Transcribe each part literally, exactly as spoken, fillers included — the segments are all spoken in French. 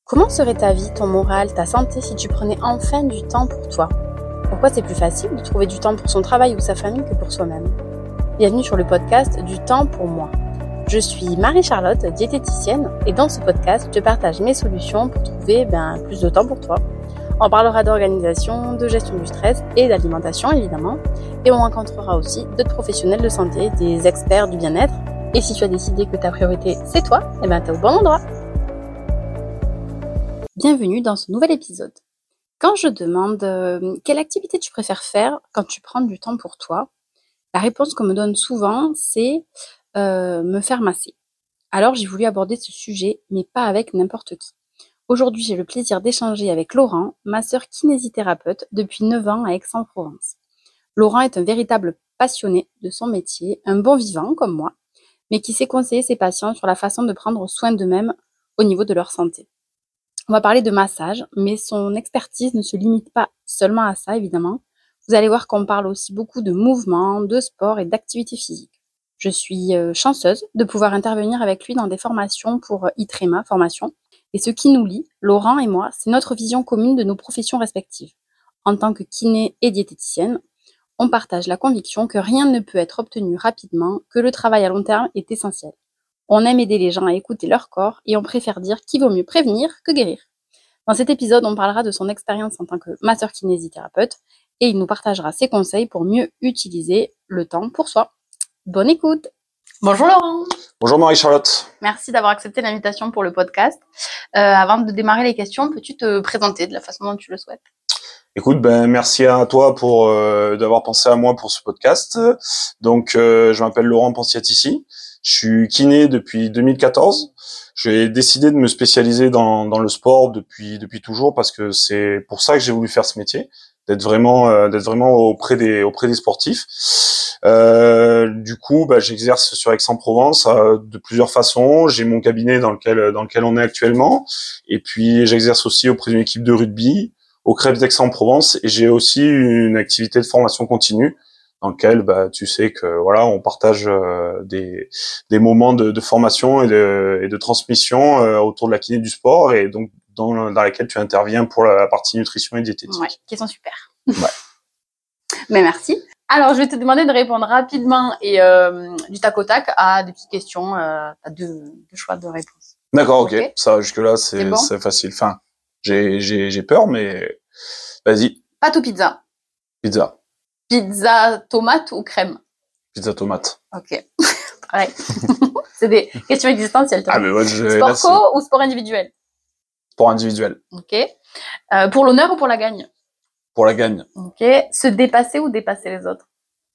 Comment serait ta vie, ton moral, ta santé si tu prenais enfin du temps pour toi? Pourquoi c'est plus facile de trouver du temps pour son travail ou sa famille que pour soi-même? Bienvenue sur le podcast Du temps pour moi. Je suis Marie-Charlotte, diététicienne, et dans ce podcast, je partage mes solutions pour trouver ben, plus de temps pour toi. On parlera d'organisation, de gestion du stress et d'alimentation évidemment, et on rencontrera aussi d'autres professionnels de santé, des experts du bien-être. Et si tu as décidé que ta priorité c'est toi, eh ben t'es au bon endroit. Bienvenue dans ce nouvel épisode. Quand je demande euh, quelle activité tu préfères faire quand tu prends du temps pour toi, la réponse qu'on me donne souvent, c'est euh, me faire masser. Alors j'ai voulu aborder ce sujet, mais pas avec n'importe qui. Aujourd'hui, j'ai le plaisir d'échanger avec Laurent, masseur kinésithérapeute depuis neuf ans à Aix-en-Provence. Laurent est un véritable passionné de son métier, un bon vivant comme moi, mais qui sait conseiller ses patients sur la façon de prendre soin d'eux-mêmes au niveau de leur santé. On va parler de massage, mais son expertise ne se limite pas seulement à ça, évidemment. Vous allez voir qu'on parle aussi beaucoup de mouvement, de sport et d'activité physique. Je suis euh, chanceuse de pouvoir intervenir avec lui dans des formations pour ITREMA, formation. Et ce qui nous lie, Laurent et moi, c'est notre vision commune de nos professions respectives. En tant que kiné et diététicienne, on partage la conviction que rien ne peut être obtenu rapidement, que le travail à long terme est essentiel. On aime aider les gens à écouter leur corps et on préfère dire qu'il vaut mieux prévenir que guérir. Dans cet épisode, on parlera de son expérience en tant que masseur kinésithérapeute et il nous partagera ses conseils pour mieux utiliser le temps pour soi. Bonne écoute! Bonjour Laurent! Bonjour Marie-Charlotte. Merci d'avoir accepté l'invitation pour le podcast. Euh, avant de démarrer les questions, peux-tu te présenter de la façon dont tu le souhaites? Écoute, ben merci à toi pour euh, d'avoir pensé à moi pour ce podcast. Donc, euh, je m'appelle Laurent Panciatici. Je suis kiné depuis deux mille quatorze. J'ai décidé de me spécialiser dans dans le sport depuis depuis toujours parce que c'est pour ça que j'ai voulu faire ce métier, d'être vraiment euh, d'être vraiment auprès des auprès des sportifs. Euh, du coup, bah, j'exerce sur Aix-en-Provence euh, de plusieurs façons. J'ai mon cabinet dans lequel dans lequel on est actuellement, et puis j'exerce aussi auprès d'une équipe de rugby au Crêpes d'Aix-en-Provence, et j'ai aussi une activité de formation continue dans lequel bah tu sais que voilà on partage euh, des des moments de, de formation et de et de transmission euh, autour de la kiné du sport, et donc dans dans laquelle tu interviens pour la partie nutrition et diététique. Ouais, qui sont super. Ouais. Mais merci. Alors, je vais te demander de répondre rapidement et euh, du tac au tac à des petites questions. Euh, t'as deux, deux choix de réponse. D'accord, ok. Okay. Ça jusque là c'est c'est, bon c'est facile. Enfin, j'ai j'ai j'ai peur, mais vas-y. Pâte ou pizza? Pizza. Pizza tomate ou crème? Pizza tomate. Ok. Pareil. C'est des questions existentielles. Ah mais moi je. Sport là, co ou sport individuel? Sport individuel. Ok. Euh, pour l'honneur ou pour la gagne? Pour la gagne. Ok. Se dépasser ou dépasser les autres?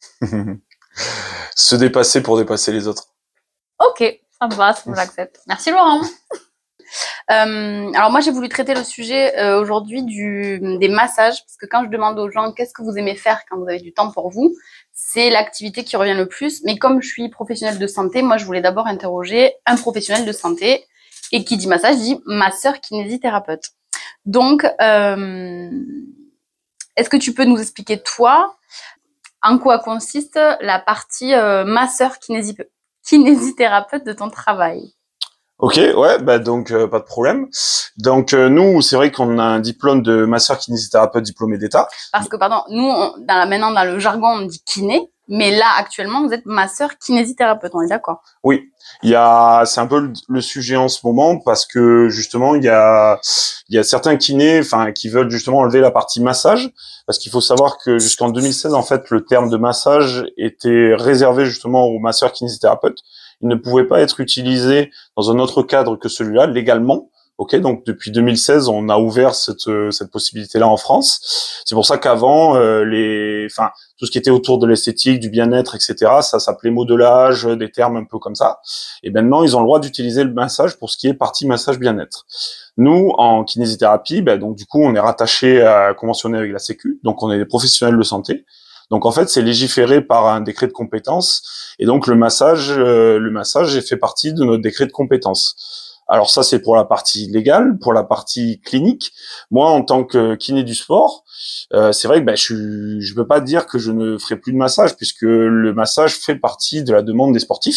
Se dépasser pour dépasser les autres. Ok, ça me va, ça me l'accepte. Merci Laurent. euh, alors moi j'ai voulu traiter le sujet euh, aujourd'hui du des massages, parce que quand je demande aux gens qu'est-ce que vous aimez faire quand vous avez du temps pour vous, c'est l'activité qui revient le plus. Mais comme je suis professionnelle de santé, moi je voulais d'abord interroger un professionnel de santé, et qui dit massage dit masseur kinésithérapeute. Donc euh, est-ce que tu peux nous expliquer toi en quoi consiste la partie euh, masseur kinési- kinésithérapeute de ton travail? Ok, ouais, bah donc euh, pas de problème. Donc euh, nous, c'est vrai qu'on a un diplôme de masseur kinésithérapeute diplômé d'État. Parce que pardon, nous on, dans la, maintenant dans le jargon on dit kiné, mais là actuellement vous êtes masseur kinésithérapeute, on est d'accord? Oui, il y a, c'est un peu le, le sujet en ce moment parce que justement il y a, il y a certains kinés, enfin qui veulent justement enlever la partie massage, parce qu'il faut savoir que jusqu'en deux mille seize en fait le terme de massage était réservé justement aux masseurs kinésithérapeutes. Il ne pouvait pas être utilisé dans un autre cadre que celui-là légalement. Ok, donc depuis deux mille seize, on a ouvert cette cette possibilité-là en France. C'est pour ça qu'avant, euh, les, enfin, tout ce qui était autour de l'esthétique, du bien-être, et cetera, ça s'appelait modelage, des termes un peu comme ça. Et maintenant, ils ont le droit d'utiliser le massage pour ce qui est partie massage bien-être. Nous, en kinésithérapie, ben donc du coup, on est rattaché à conventionné avec la Sécu, donc on est des professionnels de santé. Donc en fait, c'est légiféré par un décret de compétence, et donc le massage, euh, le massage fait partie de notre décret de compétence. Alors ça, c'est pour la partie légale. Pour la partie clinique, moi, en tant que kiné du sport, euh, c'est vrai que ben, je je peux pas dire que je ne ferai plus de massage, puisque le massage fait partie de la demande des sportifs.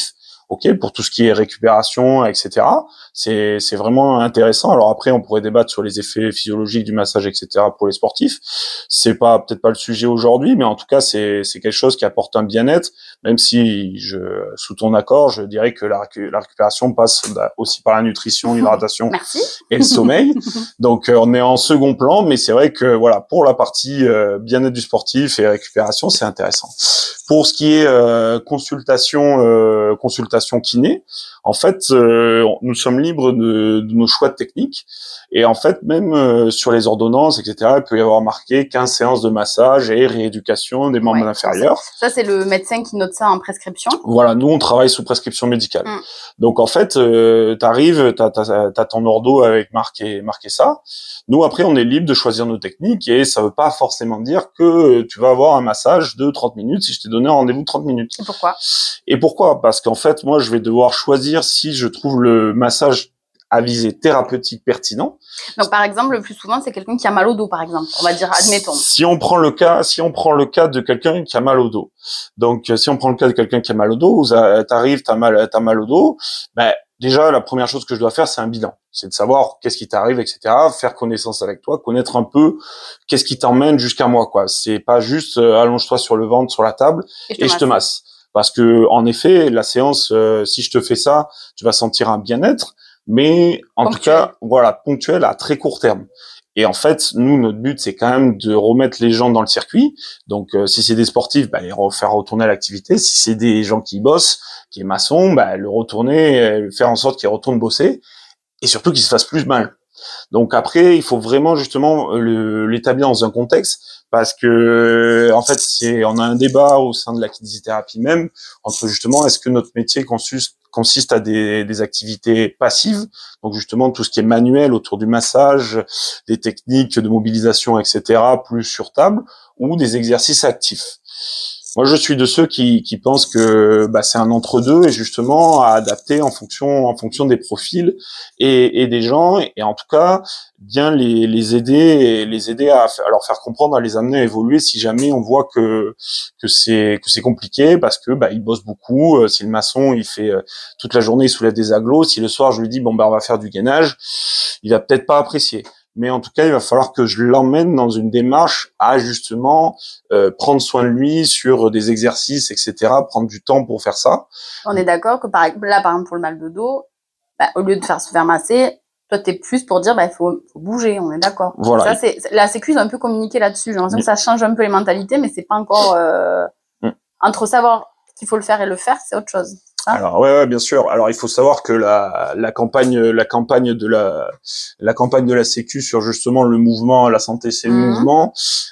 ok, pour tout ce qui est récupération, et cetera. C'est c'est vraiment intéressant. Alors après, on pourrait débattre sur les effets physiologiques du massage, et cetera. Pour les sportifs, c'est pas peut-être pas le sujet aujourd'hui, mais en tout cas, c'est c'est quelque chose qui apporte un bien-être. Même si je sous ton accord, je dirais que la, récu- la récupération passe aussi par la nutrition, l'hydratation Merci. et le sommeil. Donc euh, on est en second plan, mais c'est vrai que voilà, pour la partie euh, bien-être du sportif et récupération, c'est intéressant. Pour ce qui est euh, consultation, euh, consultation kiné, en fait, euh, nous sommes libres de, de nos choix de techniques. Et en fait, même euh, sur les ordonnances, et cetera, il peut y avoir marqué quinze séances de massage et rééducation des membres Ouais, inférieurs. Ça, c'est le médecin qui note ça en prescription. Voilà, nous, on travaille sous prescription médicale. Mm. Donc, en fait, euh, t'arrives, t'as, t'as, t'as ton ordo avec marqué, marqué ça. Nous, après, on est libre de choisir nos techniques et ça veut pas forcément dire que tu vas avoir un massage de trente minutes si je t'ai donné un rendez-vous de trente minutes. Et pourquoi? Et pourquoi? Parce qu'en fait, moi, je vais devoir choisir si je trouve le massage à visée thérapeutique pertinent. Donc, par exemple, le plus souvent, c'est quelqu'un qui a mal au dos, par exemple. On va dire, admettons. Si on prend le cas, si on prend le cas de quelqu'un qui a mal au dos. Donc, si on prend le cas de quelqu'un qui a mal au dos, t'arrives, t'as mal, t'as mal au dos, ben, déjà, la première chose que je dois faire, c'est un bilan. C'est de savoir qu'est-ce qui t'arrive, et cetera. Faire connaissance avec toi, connaître un peu qu'est-ce qui t'emmène jusqu'à moi, quoi. C'est pas juste, euh, allonge-toi sur le ventre, sur la table, et je te, et je te masse. Parce que, en effet, la séance, euh, si je te fais ça, tu vas sentir un bien-être, mais en ponctuel. Tout cas, voilà, ponctuel à très court terme. Et en fait, nous, notre but, c'est quand même de remettre les gens dans le circuit. Donc, euh, si c'est des sportifs, bah, les faire retourner à l'activité. Si c'est des gens qui bossent, qui est maçon, bah, le retourner, faire en sorte qu'ils retournent bosser, et surtout qu'ils se fassent plus mal. Donc après, il faut vraiment justement le, l'établir dans un contexte, parce que en fait, c'est on a un débat au sein de la kinésithérapie même entre justement est-ce que notre métier consiste consiste à des, des activités passives, donc justement tout ce qui est manuel autour du massage, des techniques de mobilisation, et cetera, plus sur table, ou des exercices actifs. Moi, je suis de ceux qui, qui pensent que bah, c'est un entre-deux et justement à adapter en fonction en fonction des profils et, et des gens, et en tout cas bien les, les aider et les aider à, à leur faire comprendre, à les amener à évoluer si jamais on voit que que c'est que c'est compliqué parce que bah ils bossent beaucoup. Si le maçon il fait toute la journée, il soulève des agglos, si le soir je lui dis bon bah on va faire du gainage, il va peut-être pas apprécier. Mais en tout cas, il va falloir que je l'emmène dans une démarche à justement euh, prendre soin de lui sur des exercices, et cetera. Prendre du temps pour faire ça. On est d'accord que par là, par exemple, pour le mal de dos, bah, au lieu de faire se faire masser, toi, t'es plus pour dire, bah, il faut, faut bouger. On est d'accord. Voilà. Ça, c'est la Sécu a un peu communiqué là-dessus. J'ai l'impression que ça change un peu les mentalités, mais c'est pas encore euh, mm. entre savoir qu'il faut le faire et le faire, c'est autre chose. Alors ouais, ouais, bien sûr. Alors il faut savoir que la, la campagne, la campagne de la, la campagne de la Sécu sur justement le mouvement, la santé c'est le mmh. mouvement.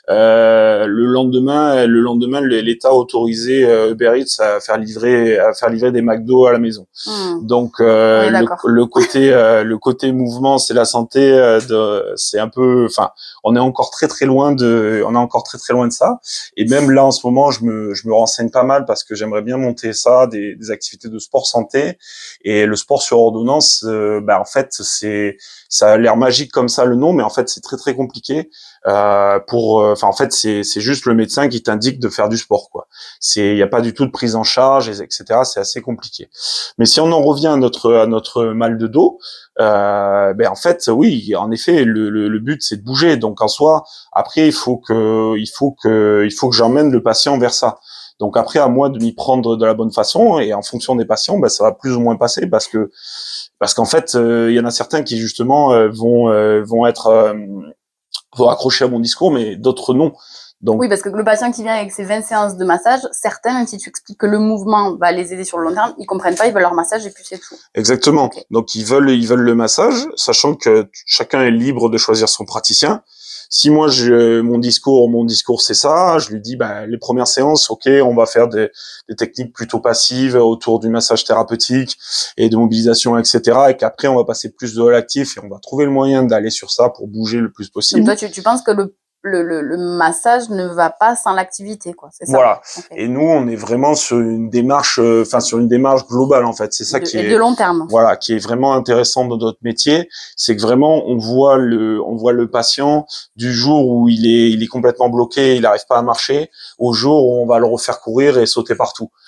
Euh, le lendemain, le lendemain, l'État a autorisé euh, Uber Eats à faire livrer, à faire livrer des McDo à la maison. Mmh. Donc euh, le, le côté, euh, le côté mouvement, c'est la santé. Euh, de, c'est un peu, enfin, on est encore très très loin de, on est encore très très loin de ça. Et même là en ce moment, je me, je me renseigne pas mal parce que j'aimerais bien monter ça, des, des activités de sport santé, et le sport sur ordonnance, euh, bah en fait c'est ça a l'air magique comme ça le nom, mais en fait c'est très très compliqué euh, pour enfin euh, en fait c'est c'est juste le médecin qui t'indique de faire du sport, quoi. C'est il y a pas du tout de prise en charge, et etc. C'est assez compliqué. Mais si on en revient à notre à notre mal de dos, euh, ben en fait oui, en effet le le, le but c'est de bouger. Donc en soi après il faut que il faut que il faut que j'emmène le patient vers ça. Donc après, à moi de m'y prendre de la bonne façon, et en fonction des patients, ben, ça va plus ou moins passer parce que parce qu'en fait, il euh, y en a certains qui justement euh, vont euh, vont être euh, vont accrocher à mon discours, mais d'autres non. Donc oui, parce que le patient qui vient avec ses vingt séances de massage, certains, même si tu expliques que le mouvement va les aider sur le long terme, ils comprennent pas, ils veulent leur massage et puis c'est tout. Exactement. Okay. Donc ils veulent ils veulent le massage, sachant que chacun est libre de choisir son praticien. Si moi je mon discours mon discours c'est ça, je lui dis bah les premières séances, ok, on va faire des, des techniques plutôt passives autour du massage thérapeutique et de mobilisation, et cetera. Et qu'après on va passer plus de l'actif et on va trouver le moyen d'aller sur ça pour bouger le plus possible. Donc toi tu, tu penses que le Le, le, le massage ne va pas sans l'activité, quoi. C'est ça. Voilà. Okay. Et nous, on est vraiment sur une démarche, enfin euh, sur une démarche globale en fait. C'est ça de, qui est de long terme. Voilà, qui est vraiment intéressant dans notre métier, c'est que vraiment on voit le, on voit le patient du jour où il est, il est complètement bloqué, il n'arrive pas à marcher, au jour où on va le refaire courir et sauter partout.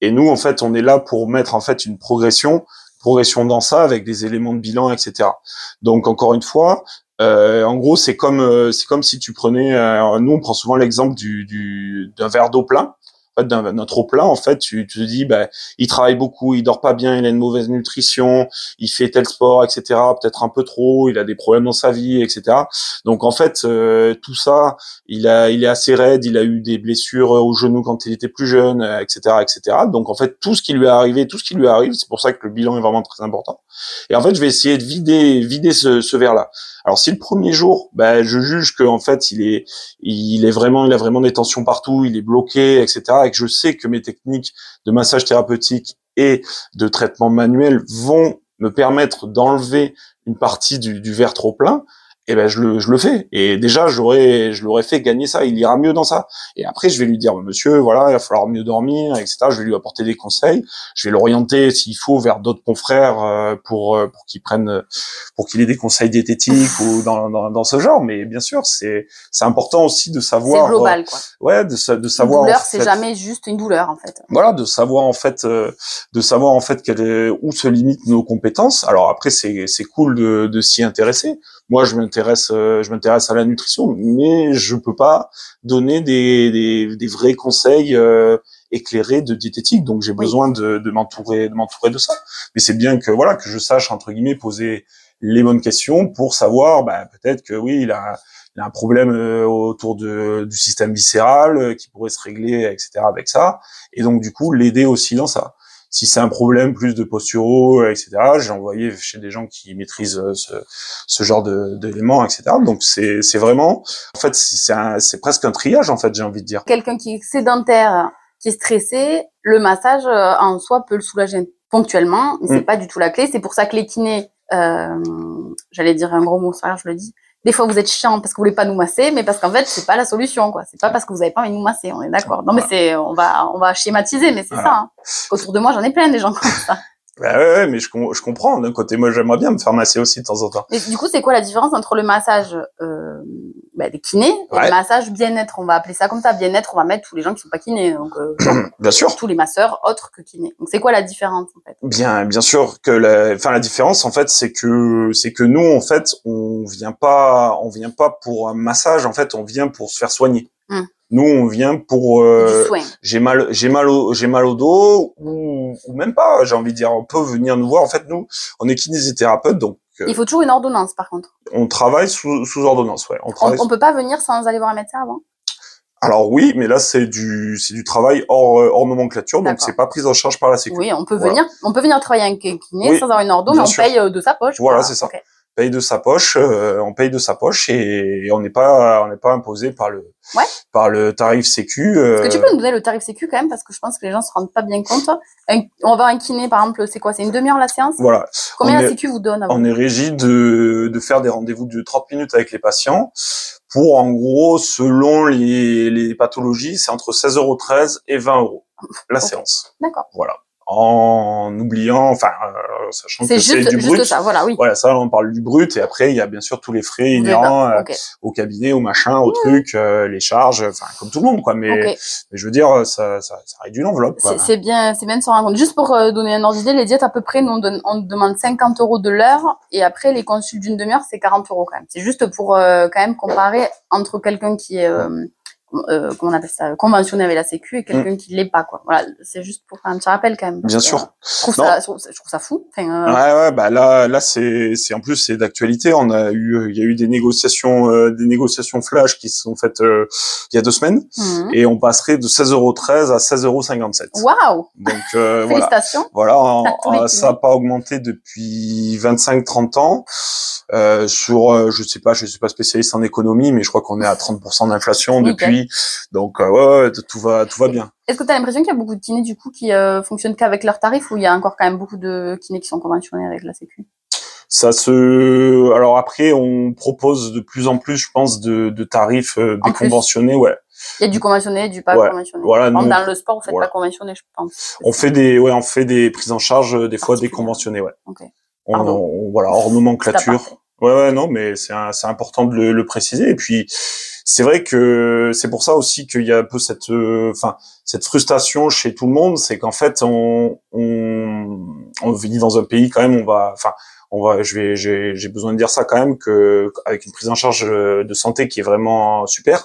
Et nous, en fait, on est là pour mettre en fait une progression, progression dans ça avec des éléments de bilan, et cetera. Donc encore une fois, euh, en gros, c'est comme euh, c'est comme si tu prenais, euh, nous on prend souvent l'exemple du, du d'un verre d'eau plein. En fait, d'un, d'un trop plein, en fait, tu, tu te dis, bah, il travaille beaucoup, il dort pas bien, il a une mauvaise nutrition, il fait tel sport, et cetera. Peut-être un peu trop, il a des problèmes dans sa vie, et cetera. Donc en fait, euh, tout ça, il a, il est assez raide, il a eu des blessures au genou quand il était plus jeune, euh, et cetera, et cetera. Donc en fait, tout ce qui lui est arrivé, tout ce qui lui arrive, c'est pour ça que le bilan est vraiment très important. Et en fait, je vais essayer de vider, vider ce, ce verre-là. Alors si le premier jour, bah, je juge que en fait, il est, il est vraiment, il a vraiment des tensions partout, il est bloqué, et cetera. Et que je sais que mes techniques de massage thérapeutique et de traitement manuel vont me permettre d'enlever une partie du, du verre trop plein, et ben je le je le fais. Et déjà j'aurais je l'aurais fait gagner ça, il ira mieux dans ça. Et après je vais lui dire, monsieur, voilà, il va falloir mieux dormir, et cetera. Je vais lui apporter des conseils, je vais l'orienter s'il faut vers d'autres confrères euh, pour euh, pour qu'il prenne pour qu'il ait des conseils diététiques ou dans, dans dans ce genre. Mais bien sûr, c'est c'est important aussi de savoir. C'est global, quoi. Euh, ouais, de de savoir. Une douleur, en c'est fait, jamais juste une douleur, en fait. Voilà, de savoir en fait, euh, de savoir en fait quelle est, où se limitent nos compétences. Alors après, c'est c'est cool de de s'y intéresser. Moi, je m'intéresse, euh, je m'intéresse à la nutrition, mais je peux pas donner des des, des vrais conseils euh, éclairés de diététique. Donc, j'ai Oui. besoin de, de m'entourer, de m'entourer de ça. Mais c'est bien que voilà, que je sache entre guillemets poser les bonnes questions pour savoir, bah, peut-être que oui, il a, il a un problème euh, autour de du système viscéral euh, qui pourrait se régler, et cetera. Avec ça, et donc du coup, l'aider aussi dans ça. Si c'est un problème plus de posturaux, et cetera, j'ai envoyé chez des gens qui maîtrisent ce, ce genre de, d'éléments, et cetera. Donc c'est, c'est vraiment, en fait, c'est, un, c'est presque un triage, en fait, j'ai envie de dire. Quelqu'un qui est sédentaire, qui est stressé, le massage euh, en soi peut le soulager ponctuellement, mais c'est Mm. pas du tout la clé. C'est pour ça que les kinés, euh, j'allais dire un gros mot, ça, je le dis. Des fois, vous êtes chiant parce que vous voulez pas nous masser, mais parce qu'en fait, c'est pas la solution, quoi. C'est pas parce que vous avez pas envie de nous masser, on est d'accord. Non, mais c'est, on va, on va schématiser, mais c'est Voilà. ça. Hein. Autour de moi, j'en ai plein des gens comme ça. Bah ouais, ouais, mais je, je comprends. D'un côté, moi, j'aimerais bien me faire masser aussi de temps en temps. Et du coup, c'est quoi la différence entre le massage euh, bah, des kinés et Ouais. le massage bien-être? On va appeler ça comme ça. Bien-être, on va mettre tous les gens qui sont pas kinés, donc euh, Bien sûr. tous les masseurs autres que kinés. Donc c'est quoi la différence en fait? Bien, bien sûr que la, enfin la différence en fait, c'est que c'est que nous en fait, on vient pas, on vient pas pour un massage. En fait, on vient pour se faire soigner. Hum. Nous, on vient pour euh, Du soin. j'ai mal, j'ai mal au, j'ai mal au dos ou, ou même pas. J'ai envie de dire, on peut venir nous voir. En fait, nous, on est kinésithérapeute, donc euh, Il faut toujours une ordonnance par contre. on travaille sous, sous ordonnance. Ouais, on On, travaille. on peut pas venir sans aller voir un médecin avant? Alors oui, mais là c'est du c'est du travail hors euh, hors nomenclature, donc D'accord. c'est pas pris en charge par la Sécu. Oui, on peut Voilà. venir, on peut venir travailler avec un kiné Oui, sans avoir une ordonnance, bien mais on sûr. paye euh, de sa poche. Voilà, quoi. c'est ça. Ok. Paye de sa poche, euh, on paye de sa poche et, et on n'est pas on n'est pas imposé par le Ouais. par le tarif Sécu. Euh... Est-ce que tu peux nous donner le tarif Sécu quand même, parce que je pense que les gens se rendent pas bien compte. Un, on va voir un kiné par exemple, c'est quoi? C'est une demi-heure la séance? Voilà. Combien on la est, Sécu vous donne à vous? On est régi de de faire des rendez-vous de trente minutes avec les patients pour en gros selon les les pathologies, c'est entre seize euros treize et vingt euros la okay. séance. D'accord. Voilà. En oubliant, enfin, euh, sachant c'est que juste, c'est du brut. juste ça, voilà, oui. Voilà, ça, on parle du brut, et après, il y a bien sûr tous les frais inhérents euh, okay. au cabinet, au machin, au mmh. truc, euh, les charges, enfin, comme tout le monde, quoi. Mais, okay. mais je veux dire, ça, ça, ça réduit l'enveloppe, quoi. C'est, c'est bien, c'est bien de se rendre compte. Juste pour euh, donner un ordre d'idée, les diètes, à peu près, nous, on, donne, on demande cinquante euros de l'heure, et après, les consultes d'une demi-heure, c'est quarante euros quand même. C'est juste pour, euh, quand même comparer entre quelqu'un qui est, euh, Euh, comment on appelle ça, conventionné avec la Sécu et quelqu'un mmh. qui l'est pas, quoi. Voilà, c'est juste pour faire un petit rappel quand même. Bien que, sûr. Euh, je trouve ça, je trouve, je trouve ça fou. Enfin, euh... Ouais, ouais, bah là, là, c'est, c'est en plus c'est d'actualité. On a eu, il y a eu des négociations, euh, des négociations flash qui se sont faites euh, il y a deux semaines, mmh. et on passerait de seize euros treize à seize euros cinquante-sept. Waouh. Donc euh, félicitations. Voilà, voilà, ça n'a pas augmenté depuis vingt-cinq trente ans. Euh, sur, euh, je sais pas, je suis pas spécialiste en économie, mais je crois qu'on est à trente pour cent d'inflation depuis. Donc euh, ouais, ouais, tout va, tout va bien. Est-ce que tu as l'impression qu'il y a beaucoup de kinés du coup qui euh, fonctionnent qu'avec leurs tarifs, ou il y a encore quand même beaucoup de kinés qui sont conventionnés avec la Sécu? Ça se, alors après, on propose de plus en plus, je pense, de, de tarifs euh, déconventionnés, ouais. Il y a du conventionné, du pas ouais. conventionné. Voilà, nous, dans le sport, vous faites voilà. pas conventionné, je pense. On fait des, ouais, on fait des prises en charge des fois déconventionnées, ouais. Okay. On, on, voilà, hors nomenclature. Ouais, ouais, non, mais c'est un, c'est important de le, le préciser. Et puis, c'est vrai que c'est pour ça aussi qu'il y a un peu cette, enfin, euh, cette frustration chez tout le monde, c'est qu'en fait, on, on, on vit dans un pays quand même, on va, enfin, on va, je vais, j'ai, j'ai besoin de dire ça quand même, que avec une prise en charge de santé qui est vraiment super.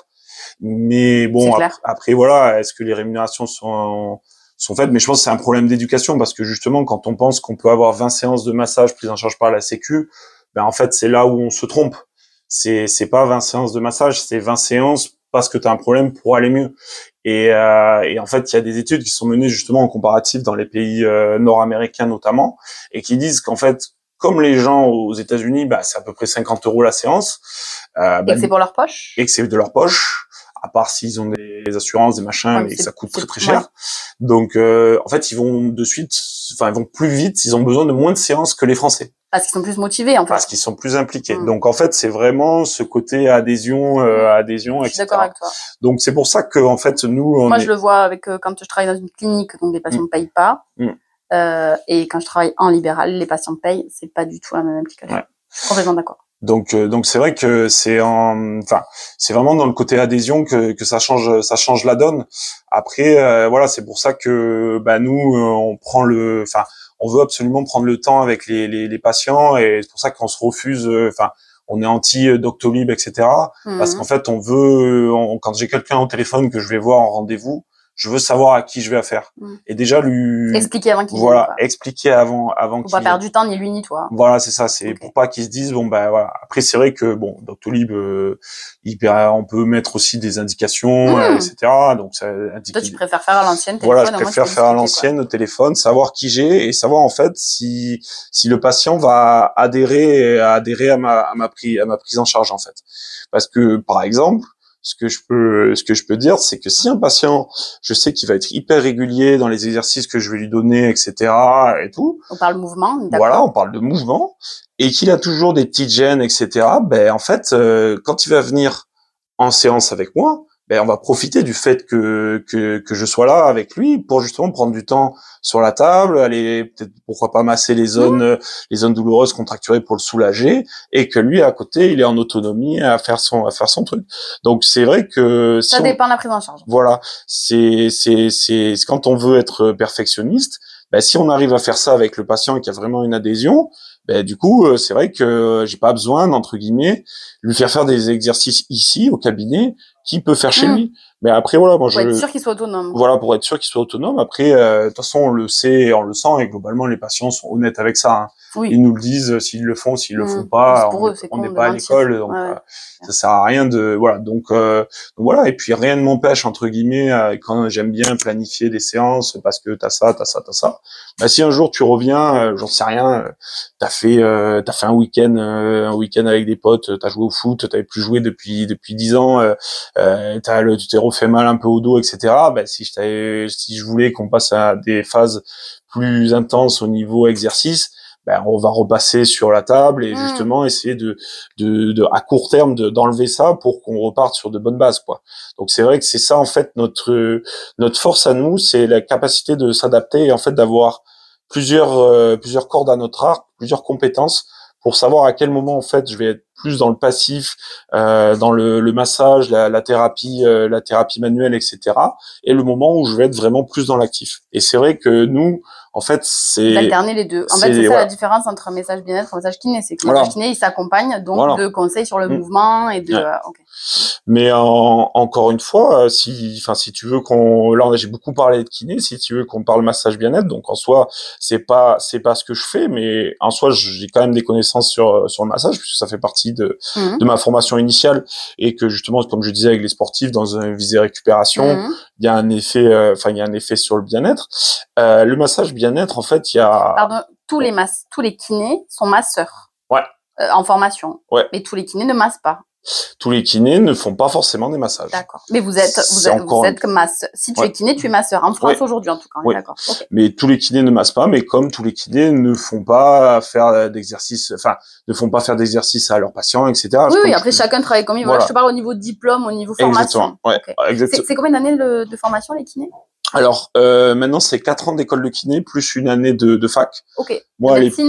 Mais bon, ap- après, voilà, est-ce que les rémunérations sont sont faites? Mais je pense que c'est un problème d'éducation parce que justement, quand on pense qu'on peut avoir vingt séances de massage prises en charge par la Sécu, ben en fait, c'est là où on se trompe. C'est c'est pas vingt séances de massage, c'est vingt séances parce que tu as un problème pour aller mieux. Et, euh, et en fait, il y a des études qui sont menées justement en comparatif dans les pays euh, nord-américains notamment, et qui disent qu'en fait, comme les gens aux États-Unis, bah, c'est à peu près cinquante euros la séance. Euh, bah, et que c'est pour leur poche. Et que c'est de leur poche. À part s'ils ont des assurances, des machins, ouais, mais que ça coûte très très cher. Ouais. Donc, euh, en fait, ils vont de suite, enfin, ils vont plus vite, ils ont besoin de moins de séances que les Français. Parce qu'ils sont plus motivés, en fait. Parce qu'ils sont plus impliqués. Mmh. Donc, en fait, c'est vraiment ce côté adhésion, euh, adhésion, je suis et cetera. D'accord avec toi. Donc, c'est pour ça que, en fait, nous, on Moi, est... je le vois avec euh, quand je travaille dans une clinique, donc les patients ne mmh. payent pas. Mmh. Euh, et quand je travaille en libéral, les patients payent. C'est pas du tout la même implication. Ouais. Je suis complètement d'accord. Donc, euh, donc c'est vrai que c'est en, enfin, c'est vraiment dans le côté adhésion que que ça change, ça change la donne. Après, euh, voilà, c'est pour ça que bah nous, on prend le, enfin, on veut absolument prendre le temps avec les les, les patients et c'est pour ça qu'on se refuse, enfin. On est anti Doctolib, et cetera. Mmh. Parce qu'en fait, on veut, on, quand j'ai quelqu'un au téléphone que je vais voir en rendez-vous, je veux savoir à qui je vais affaire. Mmh. Et déjà lui expliquer avant qu'il voilà, vienne, expliquer avant avant Faut qu'il pas perdre du temps ni lui ni toi. Voilà, c'est ça, c'est okay. pour pas qu'ils se disent bon ben voilà. Après c'est vrai que bon Doctolib euh, il, on peut mettre aussi des indications mmh. euh, et cetera. Donc ça indique. Toi tu préfères faire à l'ancienne téléphone. Voilà, je préfère faire à l'ancienne au téléphone, savoir qui j'ai et savoir en fait si si le patient va adhérer adhérer à ma à ma prise à ma prise en charge en fait. Parce que par exemple ce que je peux, ce que je peux dire, c'est que si un patient, je sais qu'il va être hyper régulier dans les exercices que je vais lui donner, et cetera, et tout. On parle mouvement, d'accord. Voilà, on parle de mouvement, et qu'il a toujours des petites gênes, et cetera. Ben en fait, euh, quand il va venir en séance avec moi, ben on va profiter du fait que que que je sois là avec lui pour justement prendre du temps sur la table, aller peut-être pourquoi pas masser les zones mmh. les zones douloureuses contracturées pour le soulager et que lui à côté il est en autonomie à faire son à faire son truc. Donc c'est vrai que si ça on, dépend de la prise en charge. Voilà, c'est c'est c'est quand on veut être perfectionniste, ben si on arrive à faire ça avec le patient et qu'il y a vraiment une adhésion, ben du coup c'est vrai que j'ai pas besoin d'entre guillemets lui faire faire des exercices ici au cabinet qu'il peut faire chez mmh. lui. Mais après voilà, moi pour je être sûr qu'il soit autonome. Voilà, pour être sûr qu'il soit autonome. Après, euh, de toute façon, on le sait, on le sent, et globalement, les patients sont honnêtes avec ça. Hein. Oui. Ils nous le disent s'ils le font, s'ils mmh. le font pas. Pour on eux, c'est on n'est con pas à mentir. l'école, donc ouais, ouais. euh, ça sert à rien de voilà. Donc, euh, donc voilà. Et puis rien ne m'empêche entre guillemets euh, quand j'aime bien planifier des séances parce que t'as ça, t'as ça, t'as ça. Bah si un jour tu reviens, euh, j'en sais rien, euh, t'as fait euh, t'as fait un week-end, euh, un week-end avec des potes, t'as joué au foot, t'avais plus joué depuis depuis dix ans, euh, euh, t'as le, tu t'es refait mal un peu au dos, et cetera. Bah si je t'avais, si je voulais qu'on passe à des phases plus intenses au niveau exercice, ben on va repasser sur la table et justement essayer de, de, de à court terme de, d'enlever ça pour qu'on reparte sur de bonnes bases, quoi. Donc c'est vrai que c'est ça en fait notre notre force à nous, c'est la capacité de s'adapter et en fait d'avoir plusieurs euh, plusieurs cordes à notre arc, plusieurs compétences pour savoir à quel moment en fait je vais être plus dans le passif, euh, dans le, le massage, la, la thérapie, euh, la thérapie manuelle, et cetera. Et le moment où je vais être vraiment plus dans l'actif. Et c'est vrai que nous, en fait, c'est d'alterner les deux. En fait, c'est ça voilà. la différence entre un message bien-être et un message kiné, c'est que le voilà. message kiné, il s'accompagne donc voilà. de conseils sur le mmh. mouvement et de. Ouais. Euh, okay. Mais en, encore une fois, si, enfin, si tu veux qu'on, là, j'ai beaucoup parlé de kiné, si tu veux qu'on parle massage bien-être, donc en soi, c'est pas, c'est pas ce que je fais, mais en soi, j'ai quand même des connaissances sur sur le massage puisque ça fait partie de mmh. de ma formation initiale et que justement, comme je disais avec les sportifs, dans un visée récupération, mmh. il y a un effet, enfin, euh, il y a un effet sur le bien-être. Euh, le massage bien-être, en fait, il y a. Pardon, tous les mass, tous les kinés sont masseurs. Ouais. Euh, en formation. Ouais. Mais tous les kinés ne massent pas. Tous les kinés ne font pas forcément des massages. D'accord. Mais vous êtes, vous êtes, vous êtes masseur. Si tu ouais. es kiné, tu es masseur. En France, ouais. aujourd'hui, en tout cas, on ouais. est d'accord. Okay. Mais tous les kinés ne massent pas, mais comme tous les kinés ne font pas faire d'exercices, enfin, ne font pas faire d'exercices à leurs patients, et cetera. Oui, oui après, je... chacun travaille comme il veut. Voilà. Je te parle au niveau diplôme, au niveau formation. Exactement. Ouais. Okay. Exactement. C'est, c'est combien d'années de, de formation, les kinés? Alors, euh, maintenant, c'est quatre ans d'école de kiné, plus une année de, de fac. Ok. Moi, de médecine?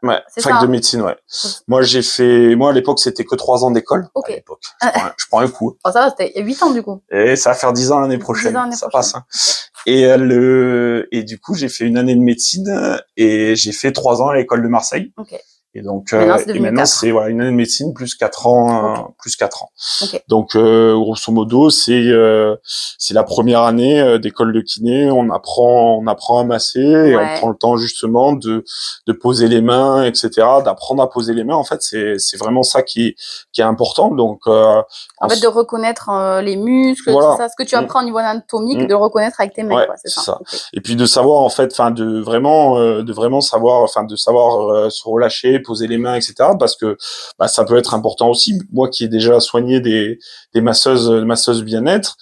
Ouais, C'est fac ça, de hein. médecine, ouais. Moi, j'ai fait, moi, à l'époque, c'était que trois ans d'école. Ok. À l'époque. Je prends, un, je prends un coup. Oh, ça va, c'était huit ans, du coup. Et ça va faire dix ans l'année prochaine. dix ans l'année ça prochaine. passe, hein. Et euh, le, et du coup, j'ai fait une année de médecine et j'ai fait trois ans à l'école de Marseille. Ok. Et donc, Maintenant, euh, c'est et devenu maintenant, quatre. c'est voilà une année de médecine plus quatre ans, Ok. euh, plus quatre ans. Ok. Donc, euh, grosso modo, c'est euh, c'est la première année euh, d'école de kiné. On apprend, on apprend à masser et on Ouais. prend le temps justement de de poser les mains, et cetera. D'apprendre à poser les mains. En fait, c'est c'est vraiment ça qui qui est important. Donc, euh, En fait, de reconnaître euh, les muscles, voilà. tout ça, ce que tu apprends Mmh. au niveau anatomique, Mmh. de le reconnaître avec tes mains, Ouais, quoi, c'est c'est ça. ça. Okay. Et puis de savoir en fait, enfin de vraiment, euh, de vraiment savoir, enfin de savoir euh, se relâcher, poser les mains, et cetera. Parce que bah, ça peut être important aussi. Moi qui ai déjà soigné des des masseuses, masseuses bien-être,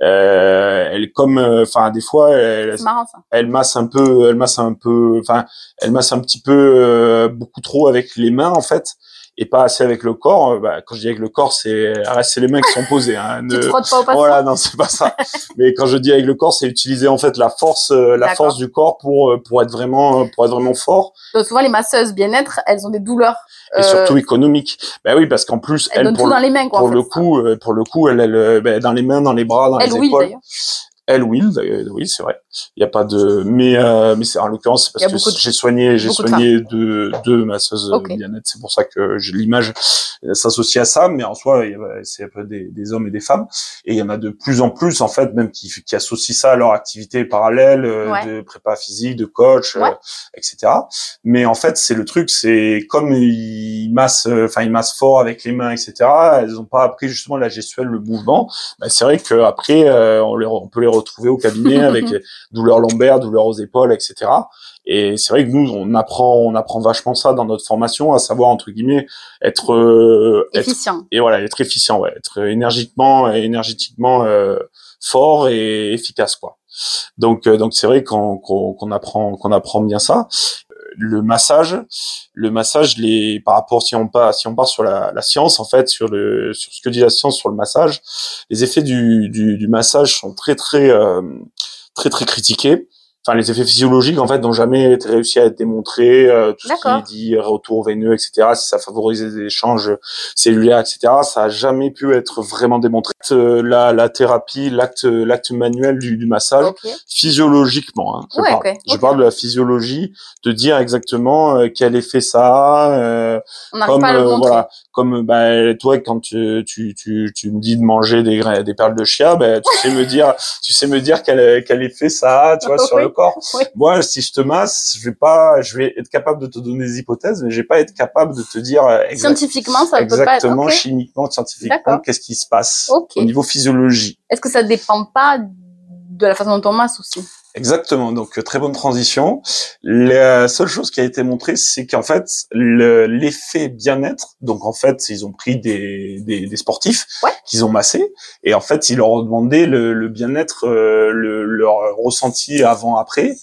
euh, elle comme, enfin euh, des fois, elle, c'est marrant ça. Elle masse un peu, elle masse un peu, enfin elle masse un petit peu euh, beaucoup trop avec les mains en fait. Et pas assez avec le corps. Bah, quand je dis avec le corps, c'est reste c'est les mains qui sont posées. Hein, tu ne... te frottes pas au patient. Voilà, non, c'est pas ça. Mais quand je dis avec le corps, c'est utiliser en fait la force, euh, la force du corps pour pour être vraiment pour être vraiment fort. Donc souvent les masseuses bien-être, elles ont des douleurs. Et euh, surtout économiques. Ben oui, parce qu'en plus, elles, elles donnent pour tout le, dans les mains, quoi. Pour en fait, le coup, euh, pour le coup, elle, elle ben, dans les mains, dans les bras, dans elle, les oui, épaules. D'ailleurs. Elle, oui, oui, c'est vrai. Il y a pas de, mais euh, mais c'est en l'occurrence c'est parce que de... j'ai soigné, j'ai soigné deux deux masseuses okay. bien-être. C'est pour ça que j'ai l'image s'associe à ça. Mais en soi, il y a, c'est un peu des, des hommes et des femmes. Et il y en a de plus en plus en fait, même qui qui associent ça à leur activité parallèle ouais. de prépa physique, de coach, ouais. euh, et cetera. Mais en fait, c'est le truc, c'est comme ils massent, enfin ils massent fort avec les mains, et cetera. Elles ont pas appris justement la gestuelle, le mouvement. Ben, c'est vrai que après, euh, on, les, on peut les retrouver au cabinet avec douleurs lombaires, douleurs aux épaules, et cetera. Et c'est vrai que nous, on apprend, on apprend vachement ça dans notre formation, à savoir entre guillemets être euh, efficient. Être, et voilà, être efficient, ouais, être énergiquement, énergétiquement euh, fort et efficace, quoi. Donc, euh, donc c'est vrai qu'on, qu'on, qu'on apprend, qu'on apprend bien ça. Le massage, le massage, les par rapport si on part si on part sur la, la science en fait, sur le sur ce que dit la science sur le massage, les effets du du, du massage sont très très euh, très très critiqués. Enfin, les effets physiologiques, en fait, n'ont jamais été réussi à être démontrés. Euh, tout D'accord. ce qui dit retour veineux, et cetera, si ça favorise les échanges cellulaires, et cetera, ça a jamais pu être vraiment démontré. Euh, la, la thérapie, l'acte, l'acte manuel du, du massage, okay. physiologiquement, hein, je ouais, parle. Okay. Je Okay. parle de la physiologie, de dire exactement euh, quel effet ça a. Euh, On n'arrive pas à le euh, montrer. Voilà, comme bah, toi, quand tu, tu, tu, tu me dis de manger des, des perles de chia, bah, tu sais me dire, tu sais me dire quel, quel effet ça a, tu vois, sur oui. le corps. Oui. Moi, si je te masse, je vais pas, je vais être capable de te donner des hypothèses, mais je vais pas être capable de te dire exact, scientifiquement, ça exactement, peut pas être okay. chimiquement, scientifiquement, qu'est-ce qui se passe okay. au niveau physiologie. Est-ce que ça dépend pas de la façon dont on masse aussi? Exactement. Donc, très bonne transition. La seule chose qui a été montrée, c'est qu'en fait, le, l'effet bien-être, donc en fait, ils ont pris des, des, des sportifs ouais. qu'ils ont massés, et en fait, ils leur ont demandé le, le bien-être, euh, le, leur ressenti avant-après,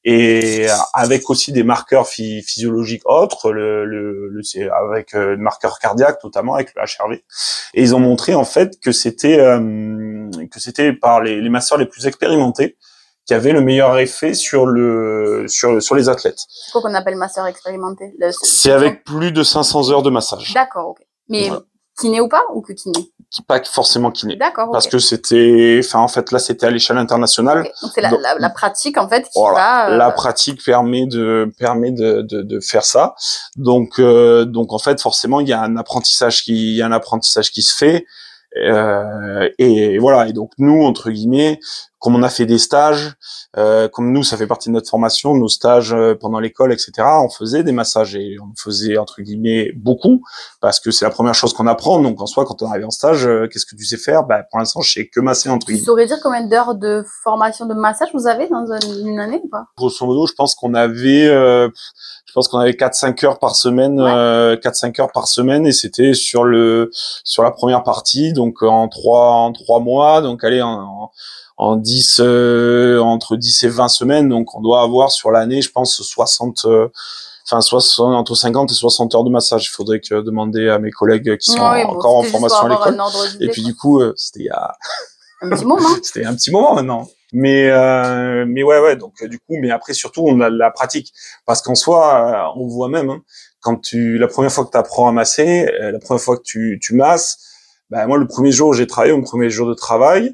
et avec aussi des marqueurs phy- physiologiques autres, le, le, le c'est avec euh, des marqueurs cardiaques notamment avec le H R V, et ils ont montré en fait que c'était euh, que c'était par les, les masseurs les plus expérimentés qui avait le meilleur effet sur le sur sur les athlètes. C'est quoi qu'on appelle masseur expérimenté? Le, c'est, c'est avec plus de cinq cents heures de massage. D'accord, ok. Mais voilà. Kiné ou pas, ou que kiné? Pas forcément kiné. D'accord, okay. Parce que c'était, enfin en fait là c'était à l'échelle internationale. Okay. Donc c'est la, Donc, la, la pratique en fait qui voilà. va. Euh... La pratique permet de permet de de, de faire ça. Donc euh, donc en fait forcément il y a un apprentissage qui il y a un apprentissage qui se fait. Euh, et voilà. Et donc nous entre guillemets, comme on a fait des stages, euh, comme nous ça fait partie de notre formation, nos stages euh, pendant l'école, et cetera. On faisait des massages et on faisait entre guillemets beaucoup parce que c'est la première chose qu'on apprend. Donc en soi, quand on arrive en stage, euh, qu'est-ce que tu sais faire? Bah pour l'instant, je sais que masser entre guillemets. Tu saurais dire combien d'heures de formation de massage vous avez dans une année ou pas? Grosso modo, je pense qu'on avait, euh, je pense qu'on avait quatre cinq heures par semaine, ouais. euh, quatre cinq heures par semaine, et c'était sur le sur la première partie, donc en trois en trois mois, donc allez en, en en dix, euh, entre dix et vingt semaines, donc on doit avoir sur l'année, je pense, soixante, euh, enfin, soixante, entre cinquante et soixante heures de massage. Il faudrait que demander à mes collègues qui sont oui, encore bon, en formation à l'école. Et puis, du coup, euh, c'était il y a... un petit moment. C'était un petit moment maintenant. Mais, euh, mais ouais, ouais, donc, du coup, mais après, surtout, on a la pratique. Parce qu'en soi, euh, on voit même, hein, quand tu, la première fois que tu apprends à masser, euh, la première fois que tu, tu masses, bah moi le premier jour où j'ai travaillé, mon premier jour de travail,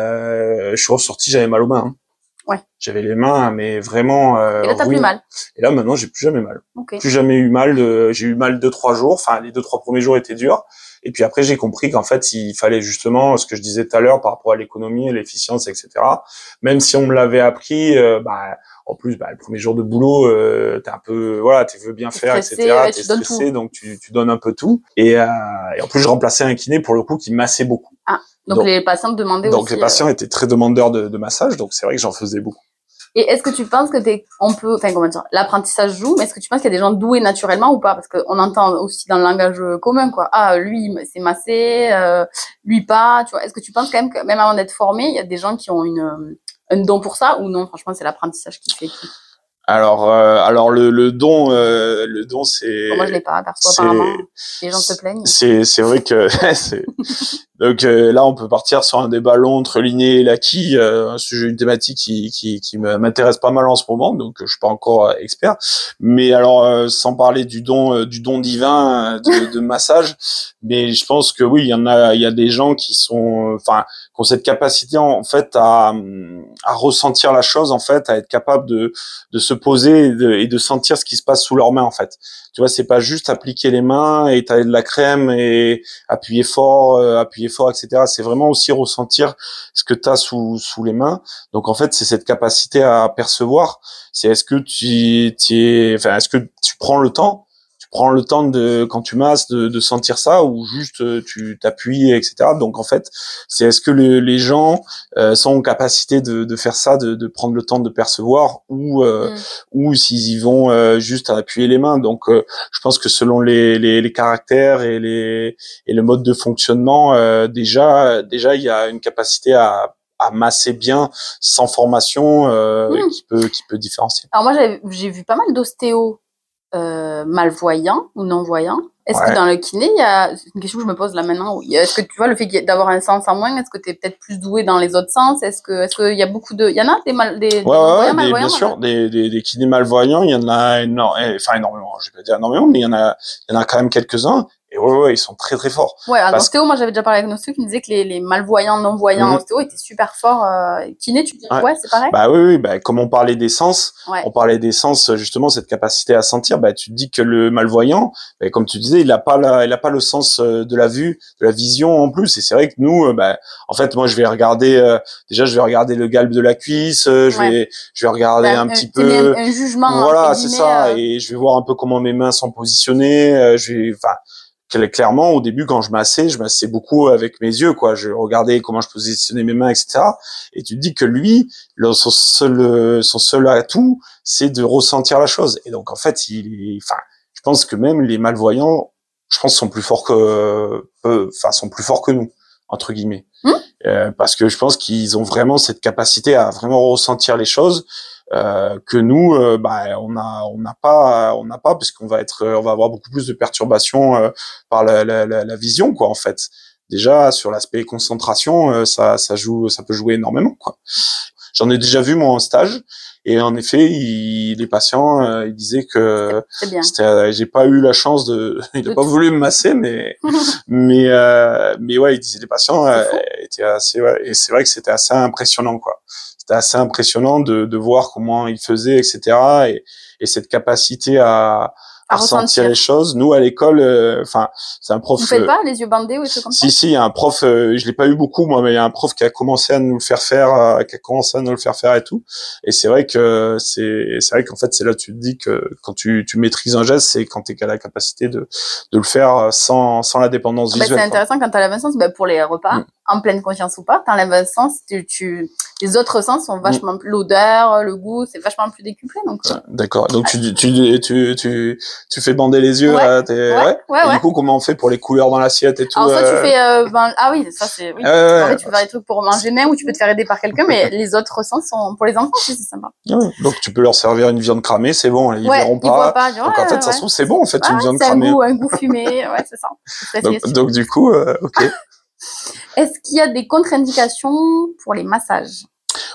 euh, je suis ressorti, j'avais mal aux mains. Hein. Ouais. J'avais les mains, mais vraiment. Euh, Et là, t'as ruines. plus mal. Et là, maintenant, j'ai plus jamais mal. Okay. Plus jamais eu mal. De... J'ai eu mal deux, trois jours. Enfin, les deux, trois premiers jours étaient durs. Et puis après, j'ai compris qu'en fait, il fallait justement ce que je disais tout à l'heure par rapport à l'économie, l'efficience, et cetera. Même si on me l'avait appris, euh, bah, en plus, bah, le premier jour de boulot, euh, t'es un peu, voilà, tu veux bien faire, stressé, et cetera. ouais, t'es stressé, donc tu, tu donnes un peu tout. Et, euh, et en plus, je remplaçais un kiné pour le coup qui massait beaucoup. Ah, donc, donc les patients demandaient donc aussi. Donc les patients euh... étaient très demandeurs de, de massage, donc c'est vrai que j'en faisais beaucoup. Et est-ce que tu penses que t'es, on peut, enfin comment dire, l'apprentissage joue, mais est-ce que tu penses qu'il y a des gens doués naturellement ou pas? Parce qu'on entend aussi dans le langage commun, quoi. Ah, lui, c'est massé, euh, lui pas, tu vois. Est-ce que tu penses quand même que même avant d'être formé, il y a des gens qui ont une, un don pour ça ou non? Franchement, c'est l'apprentissage qui fait tout. Alors, euh, alors le, le don, euh, le don, c'est. Bon, moi, je l'ai pas, perso, apparemment. Les gens se plaignent. C'est, c'est vrai que c'est. Donc euh, là, on peut partir sur un débat long entre l'inné et l'acquis, euh, un sujet, une thématique qui, qui, qui m'intéresse pas mal en ce moment, donc je suis pas encore expert. Mais alors, euh, sans parler du don, euh, du don divin euh, de, de massage, mais je pense que oui, il y en a, il y a des gens qui sont, enfin, qui ont cette capacité en fait à, à ressentir la chose, en fait, à être capable de, de se poser et de, et de sentir ce qui se passe sous leurs mains, en fait. Tu vois, c'est pas juste appliquer les mains et t'as de la crème et appuyer fort, euh, appuyer fort, et cetera. C'est vraiment aussi ressentir ce que t'as sous sous les mains. Donc en fait, c'est cette capacité à percevoir. C'est est-ce que tu, tu, enfin, est-ce que tu prends le temps, tu prends le temps de quand tu masses de, de sentir ça ou juste tu t'appuies, et cetera. Donc en fait, c'est est-ce que le, les gens euh, sont en capacité de, de faire ça, de, de prendre le temps de percevoir ou euh, mm. ou s'ils y vont euh, juste à appuyer les mains. Donc euh, je pense que selon les, les, les caractères et les et le mode de fonctionnement, euh, déjà déjà il y a une capacité à à masser bien sans formation euh, mm. qui peut qui peut différencier. Alors moi j'ai j'ai vu pas mal d'ostéos euh, malvoyants ou non voyants. Est-ce ouais. que dans le kiné, il y a c'est une question que je me pose là maintenant. Est-ce que tu vois le fait d'avoir un sens en moins, est-ce que tu es peut-être plus doué dans les autres sens? Est-ce que est-ce qu'il y a beaucoup de, il y en a des mal des, ouais, des malvoyants, ouais, malvoyants, bien sûr, des, des des kinés malvoyants, il y en a énorme, enfin énormément. Je vais pas dire énormément, mais il y en a il y en a quand même quelques-uns. Et ouais, ouais, ils sont très très forts. Ouais, en ostéo, moi j'avais déjà parlé avec un ostéo qui me disait que les, les malvoyants, non-voyants mmh. ostéo étaient super forts. Euh, kiné, tu dis ouais, ouais c'est pareil. Bah oui, oui, bah comme on parlait des sens, ouais. on parlait des sens justement cette capacité à sentir. Bah tu te dis que le malvoyant, bah, comme tu disais, il a pas la, il a pas le sens de la vue, de la vision en plus. Et c'est vrai que nous, bah en fait, moi je vais regarder, euh, déjà je vais regarder le galbe de la cuisse, euh, je ouais. vais, je vais regarder bah, un, un petit peu. Un, un jugement. Voilà, c'est ça. Euh... Et je vais voir un peu comment mes mains sont positionnées. Euh, je vais, enfin. Clairement, au début, quand je massais, je massais beaucoup avec mes yeux, quoi. Je regardais comment je positionnais mes mains, et cetera. Et tu te dis que lui, le, son seul, son seul atout, c'est de ressentir la chose. Et donc, en fait, il, enfin, je pense que même les malvoyants, je pense, sont plus forts que, enfin, sont plus forts que nous, entre guillemets. Mmh. Euh, parce que je pense qu'ils ont vraiment cette capacité à vraiment ressentir les choses. Euh, que nous, euh, bah, on a, on n'a pas, on n'a pas, parce qu'on va être, on va avoir beaucoup plus de perturbations euh, par la, la, la, la vision, quoi, en fait. Déjà sur l'aspect concentration, euh, ça, ça joue, ça peut jouer énormément, quoi. J'en ai déjà vu moi en stage, et en effet, il, les patients, euh, ils disaient que c'était, j'ai pas eu la chance de, il a pas voulu me masser, mais, mais, euh, mais ouais, ils disaient les patients euh, étaient assez, ouais, et c'est vrai que c'était assez impressionnant, quoi. C'était assez impressionnant de, de voir comment il faisait, et cetera. Et, et cette capacité à, à, à ressentir les choses. Nous, à l'école, enfin, euh, c'est un prof. Vous faites pas les yeux bandés ou des trucs comme si, ça? Si, si, il y a un prof. Euh, je l'ai pas eu beaucoup, moi, mais il y a un prof qui a commencé à nous le faire faire, euh, qui a commencé à nous le faire faire et tout. Et c'est vrai que c'est, c'est vrai qu'en fait, c'est là que tu te dis que quand tu, tu maîtrises un geste, c'est quand tu es à la capacité de, de le faire sans, sans la dépendance bah, visuelle. C'est intéressant quoi. Quand tu as la même sens, bah, pour les repas. Mm. En pleine conscience ou pas, t'enlèves un sens, tu, tu, les autres sens sont vachement plus, l'odeur, le goût, c'est vachement plus décuplé, donc. Euh... D'accord. Donc, ouais. tu, tu, tu, tu, tu fais bander les yeux, ouais. à tes, ouais. ouais. ouais et ouais. du coup, comment on fait pour les couleurs dans l'assiette et tout? Alors, ça, euh... tu fais, euh, ben, ah oui, ça, c'est, oui. Euh, en fait, tu peux faire des trucs pour manger même, ou tu peux te faire aider par quelqu'un, mais les autres sens sont, pour les enfants aussi, c'est sympa. Ouais. Donc, tu peux leur servir une viande cramée, c'est bon, ils ouais, verront pas. Ils voient pas. Ouais, donc, en fait, ça se trouve, c'est bon, en fait, ouais, une viande c'est cramée. un goût, un goût fumé, ouais, c'est ça. C'est donc, donc, du coup, euh, ok. Est-ce qu'il y a des contre-indications pour les massages?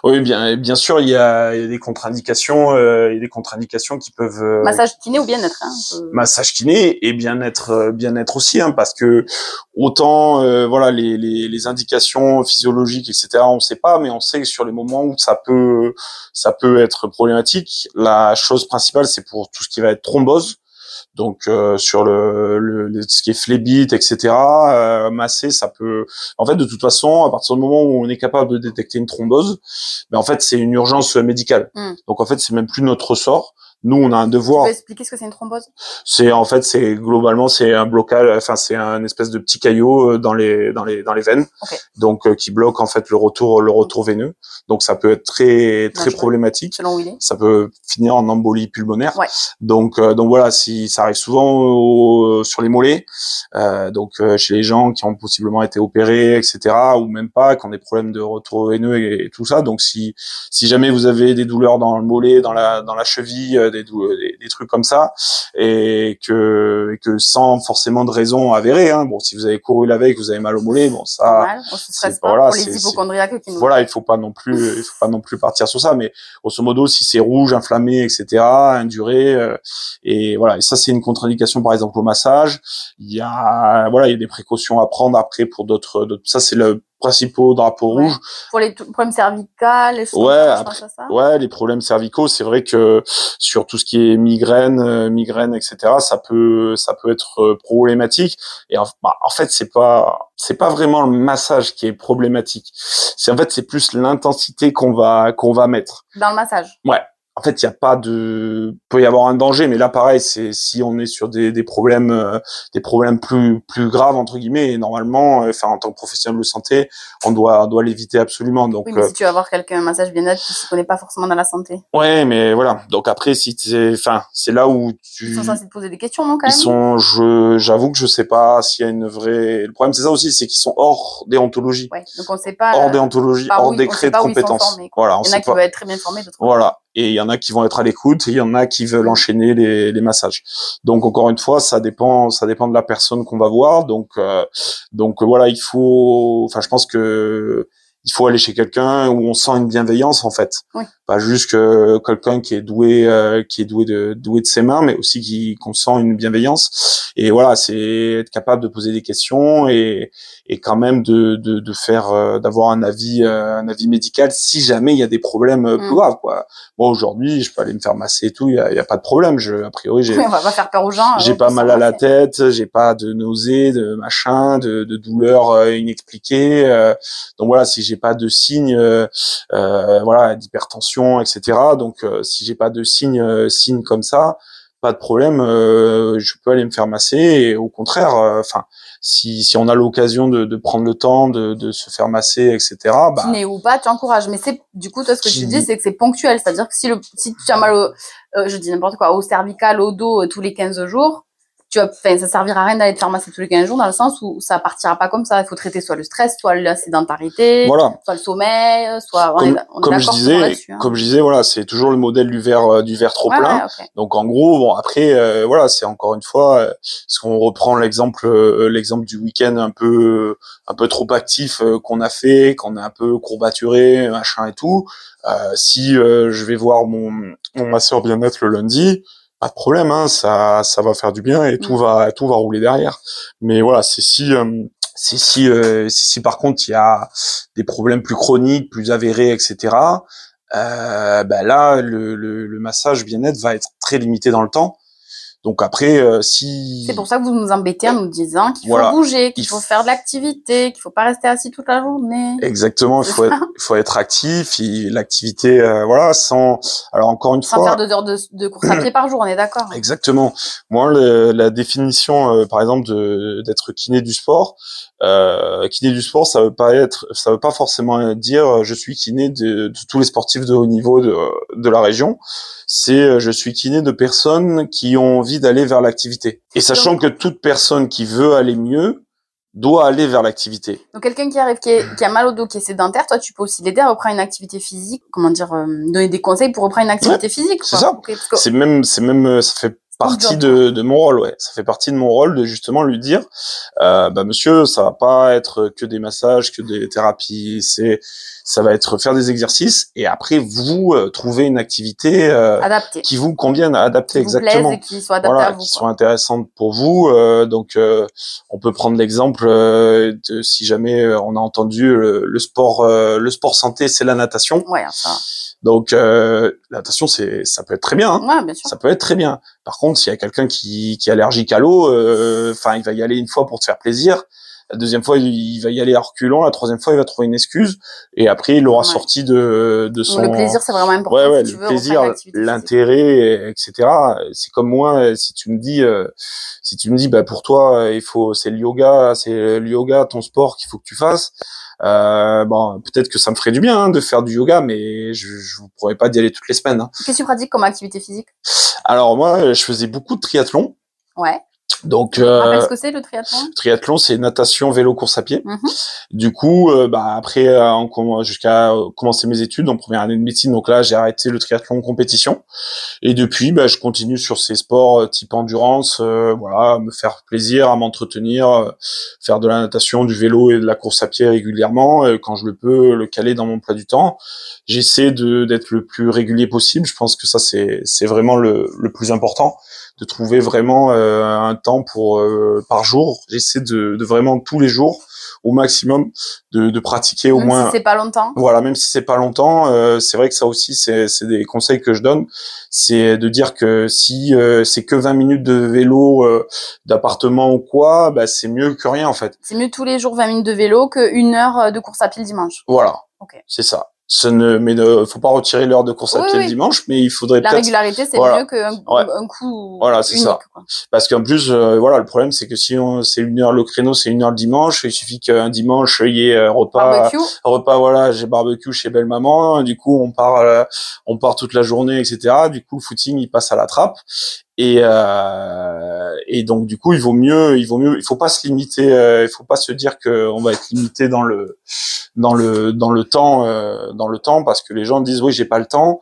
Oui, bien, bien sûr, il y a, il y a des contre-indications, euh, il y a des contre-indications qui peuvent. Euh, Massage kiné ou bien-être. Hein, euh... Massage kiné et bien-être, euh, bien-être aussi, hein, parce que autant, euh, voilà, les, les, les indications physiologiques, et cetera. On sait pas, mais on sait que sur les moments où ça peut, ça peut être problématique. La chose principale, c'est pour tout ce qui va être thrombose. Donc euh, sur le, le, le ce qui est phlébite, et cetera. Euh, masser, ça peut. En fait, de toute façon, à partir du moment où on est capable de détecter une thrombose, ben en fait, c'est une urgence médicale. Mm. Donc en fait, c'est même plus notre ressort. Nous, on a un devoir. Tu peux expliquer ce que c'est une thrombose ? C'est en fait, c'est globalement, c'est un blocage. Enfin, c'est un espèce de petit caillot dans les dans les dans les veines, okay. donc euh, qui bloque en fait le retour le retour veineux. Donc ça peut être très très Dangereux. problématique. Selon où il est. Ça peut finir en embolie pulmonaire. Ouais. Donc euh, donc voilà, si ça arrive souvent au, sur les mollets, euh, donc euh, chez les gens qui ont possiblement été opérés, et cetera, ou même pas, qui ont des problèmes de retour veineux et, et tout ça. Donc si si jamais vous avez des douleurs dans le mollet, dans la dans la cheville, des des, des trucs comme ça, et que et que sans forcément de raison avérée, hein. Bon, si vous avez couru la veille, que vous avez mal au mollet, bon ça, on se stresse pas voilà, pour les hypochondriaques qui nous. Voilà, il faut pas non plus, il faut pas non plus partir sur ça, mais grosso modo, si c'est rouge, inflammé, et cetera, induré, euh, et voilà, et ça c'est une contre-indication par exemple au massage. Il y a voilà, il y a des précautions à prendre après pour d'autres, d'autres ça c'est le principaux drapeaux ouais. rouges. Pour les t- problèmes cervicaux, les choses ouais, ça, après, je pense à ça. ouais, les problèmes cervicaux, c'est vrai que sur tout ce qui est migraine, euh, migraine, et cetera, ça peut, ça peut être euh, problématique. Et en, bah, en fait, c'est pas, c'est pas vraiment le massage qui est problématique. C'est en fait, c'est plus l'intensité qu'on va, qu'on va mettre. Dans le massage. Ouais. En fait, il y a pas de, peut y avoir un danger, mais là, pareil, c'est si on est sur des, des problèmes, euh, des problèmes plus plus graves entre guillemets. Et normalement, euh, enfin, en tant que professionnel de santé, on doit on doit l'éviter absolument. Donc, oui, mais euh, si tu vas voir quelqu'un un massage bien-être qui se connaît pas forcément dans la santé. Ouais, mais voilà. Donc après, si c'est, enfin, c'est là où tu. Ils sont censés te poser des questions, non, quand même. Ils sont, je, j'avoue que je sais pas s'il y a une vraie. Le problème, c'est ça aussi, c'est qu'ils sont hors déontologie. Ouais. Donc on sait pas. Hors déontologie, hors oui, décret de compétence. Voilà, on il y en sait a qui pas. vont être très bien formés, d'autres. Voilà. Et il y en a qui vont être à l'écoute, et il y en a qui veulent enchaîner les, les massages. Donc encore une fois, ça dépend, ça dépend de la personne qu'on va voir. Donc, euh, donc voilà, il faut. Enfin, je pense que. Il faut aller chez quelqu'un où on sent une bienveillance en fait, oui. Pas juste que quelqu'un qui est doué, euh, qui est doué de doué de ses mains, mais aussi qui qu'on sent une bienveillance. Et voilà, c'est être capable de poser des questions et et quand même de de, de faire, euh, d'avoir un avis, euh, un avis médical si jamais il y a des problèmes euh, plus mmh. graves quoi. Moi aujourd'hui, je peux aller me faire masser et tout, il y a, y a pas de problème. Je a priori j'ai. Oui, on va pas faire peur aux gens. J'ai pas mal à la tête, j'ai pas de nausées, de machin, de, de douleurs euh, inexpliquées. Euh, donc voilà, si j'ai pas de signes, euh, euh, voilà, d'hypertension, et cetera. Donc euh, si j'ai pas de signes, euh, signes comme ça, pas de problème, euh, je peux aller me faire masser. Et au contraire, enfin, euh, si si on a l'occasion de, de prendre le temps de, de se faire masser, et cetera. Bah, kiné ou pas, tu encourages. Mais c'est du coup, toi, ce que qui... tu dis, c'est que c'est ponctuel, c'est-à-dire que si le si tu as mal au, euh, je dis n'importe quoi, au cervical, au dos, euh, tous les quinze jours. Tu vas, enfin, ça servira à rien d'aller te faire masser tous les quinze jours dans le sens où ça partira pas comme ça. Il faut traiter soit le stress, soit la sédentarité, voilà. soit le sommeil, soit, comme, on est, on comme est je disais, hein. Comme je disais, voilà, c'est toujours le modèle du verre, du verre trop ouais, plein. Ouais, okay. Donc, en gros, bon, après, euh, voilà, c'est encore une fois, euh, si on reprend l'exemple, euh, l'exemple du week-end un peu, un peu trop actif euh, qu'on a fait, qu'on a un peu courbaturé, machin et tout. Euh, si euh, je vais voir mon, mon masseur bien-être le lundi, pas de problème, hein, ça, ça va faire du bien et tout va, tout va rouler derrière. Mais voilà, c'est si, euh, c'est si, euh, si, si par contre il y a des problèmes plus chroniques, plus avérés, et cetera. Euh, ben là, le, le, le massage bien-être va être très limité dans le temps. Donc après, euh, si... C'est pour ça que vous nous embêtez en nous disant qu'il voilà. faut bouger, qu'il il faut faire de l'activité, qu'il faut pas rester assis toute la journée. Exactement, il faut être, il faut être actif, il, l'activité, euh, voilà, sans... Alors encore une sans fois... faire deux heures de, de course à pied par jour, on est d'accord. Exactement. Moi, le, la définition, euh, par exemple, de, d'être kiné du sport, euh, kiné du sport, ça veut pas être, ça veut pas forcément dire je suis kiné de, de tous les sportifs de haut niveau de, de la région. C'est je suis kiné de personnes qui ont envie d'aller vers l'activité. Et sachant Donc, que toute personne qui veut aller mieux doit aller vers l'activité. Donc quelqu'un qui arrive, qui, est, qui a mal au dos, qui est sédentaire, toi tu peux aussi l'aider à reprendre une activité physique, comment dire, euh, donner des conseils pour reprendre une activité ouais, physique. Quoi. C'est ça. Okay, que... C'est même, c'est même, ça fait partie de, de mon rôle, ouais. Ça fait partie de mon rôle de justement lui dire, euh, bah monsieur, ça va pas être que des massages, que des thérapies, c'est, ça va être faire des exercices et après vous euh, trouver une activité euh, qui vous convienne, adaptée qui vous exactement, plaise et qui soit adaptée voilà, à vous, qui quoi. soit intéressante pour vous. Euh, donc euh, on peut prendre l'exemple euh, de si jamais on a entendu le, le sport, euh, le sport santé, c'est la natation. Ouais, ça. Donc euh, la natation, c'est, ça peut être très bien. Hein. Ouais, bien sûr. Ça peut être très bien. Par contre, s'il y a quelqu'un qui, qui est allergique à l'eau, enfin, euh, il va y aller une fois pour te faire plaisir. La deuxième fois, il va y aller à reculons. La troisième fois, il va trouver une excuse. Et après, il aura ouais. sorti de, de son... Le plaisir, c'est vraiment important. Ouais, ouais, si le tu veux plaisir, l'intérêt, et cetera. C'est comme moi, si tu me dis, euh, si tu me dis, bah, pour toi, il faut, c'est le yoga, c'est le yoga, ton sport qu'il faut que tu fasses. Euh, bon, peut-être que ça me ferait du bien hein, de faire du yoga, mais je je vous pourrais pas d'y aller toutes les semaines. Hein. Qu'est-ce que tu pratiques comme activité physique? Alors moi, je faisais beaucoup de triathlon. Ouais. Donc, euh, rappelle ce que c'est le triathlon. Triathlon, c'est natation, vélo, course à pied. Mm-hmm. Du coup, euh, bah après, euh, jusqu'à commencer mes études en première année de médecine, donc là, j'ai arrêté le triathlon en compétition. Et depuis, bah, je continue sur ces sports type endurance, euh, voilà, me faire plaisir, à m'entretenir, euh, faire de la natation, du vélo et de la course à pied régulièrement, euh, quand je le peux, le caler dans mon emploi du temps. J'essaie de d'être le plus régulier possible. Je pense que ça, c'est c'est vraiment le le plus important, de trouver vraiment euh, un temps pour euh, par jour. J'essaie de, de vraiment tous les jours au maximum de, de pratiquer au même moins. Même si c'est pas longtemps. Voilà, même si c'est pas longtemps, euh, c'est vrai que ça aussi c'est c'est des conseils que je donne, c'est de dire que si euh, c'est que vingt minutes de vélo euh, d'appartement ou quoi, bah c'est mieux que rien en fait. C'est mieux tous les jours vingt minutes de vélo que une heure de course à pied le dimanche. Voilà. Okay. C'est ça. Ce ne, mais ne faut pas retirer l'heure de course à oui, pied oui. le dimanche, mais il faudrait la peut-être... régularité, c'est voilà. mieux qu'un ouais. un coup voilà, c'est unique. ça. Quoi. Parce qu'en plus, euh, voilà, le problème, c'est que si on, c'est une heure, le créneau, c'est une heure le dimanche, il suffit qu'un dimanche, il y ait euh, repas, barbecue. repas, voilà, j'ai barbecue chez belle maman, du coup, on part, euh, on part toute la journée, et cetera. Du coup, le footing, il passe à la trappe. Et euh, et donc du coup il vaut mieux il vaut mieux il faut pas se limiter euh, il faut pas se dire que on va être limité dans le dans le dans le temps euh, dans le temps parce que les gens disent oui j'ai pas le temps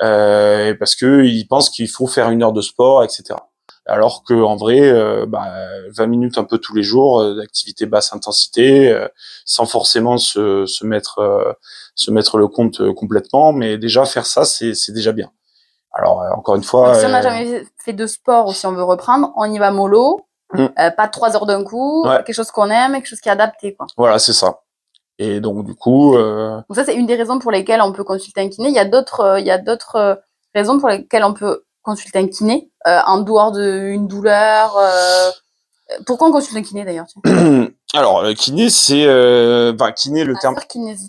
euh, parce que ils pensent qu'il faut faire une heure de sport, etc. Alors que en vrai euh, bah, vingt minutes un peu tous les jours euh, d'activité basse intensité euh, sans forcément se se mettre euh, se mettre le compte euh, complètement, mais déjà faire ça c'est c'est déjà bien. Alors, euh, encore une fois... Donc, si on n'a euh... jamais fait de sport ou si on veut reprendre, on y va mollo, mm. euh, pas de trois heures d'un coup, ouais. quelque chose qu'on aime, quelque chose qui est adapté. Quoi. Voilà, c'est ça. Et donc, du coup... Euh... Donc ça, c'est une des raisons pour lesquelles on peut consulter un kiné. Il y a d'autres, euh, il y a d'autres euh, raisons pour lesquelles on peut consulter un kiné, euh, en dehors d'une douleur... Euh... Pourquoi on consulte un kiné, d'ailleurs Alors, le kiné, c'est... Euh... Enfin, kiné, le terme...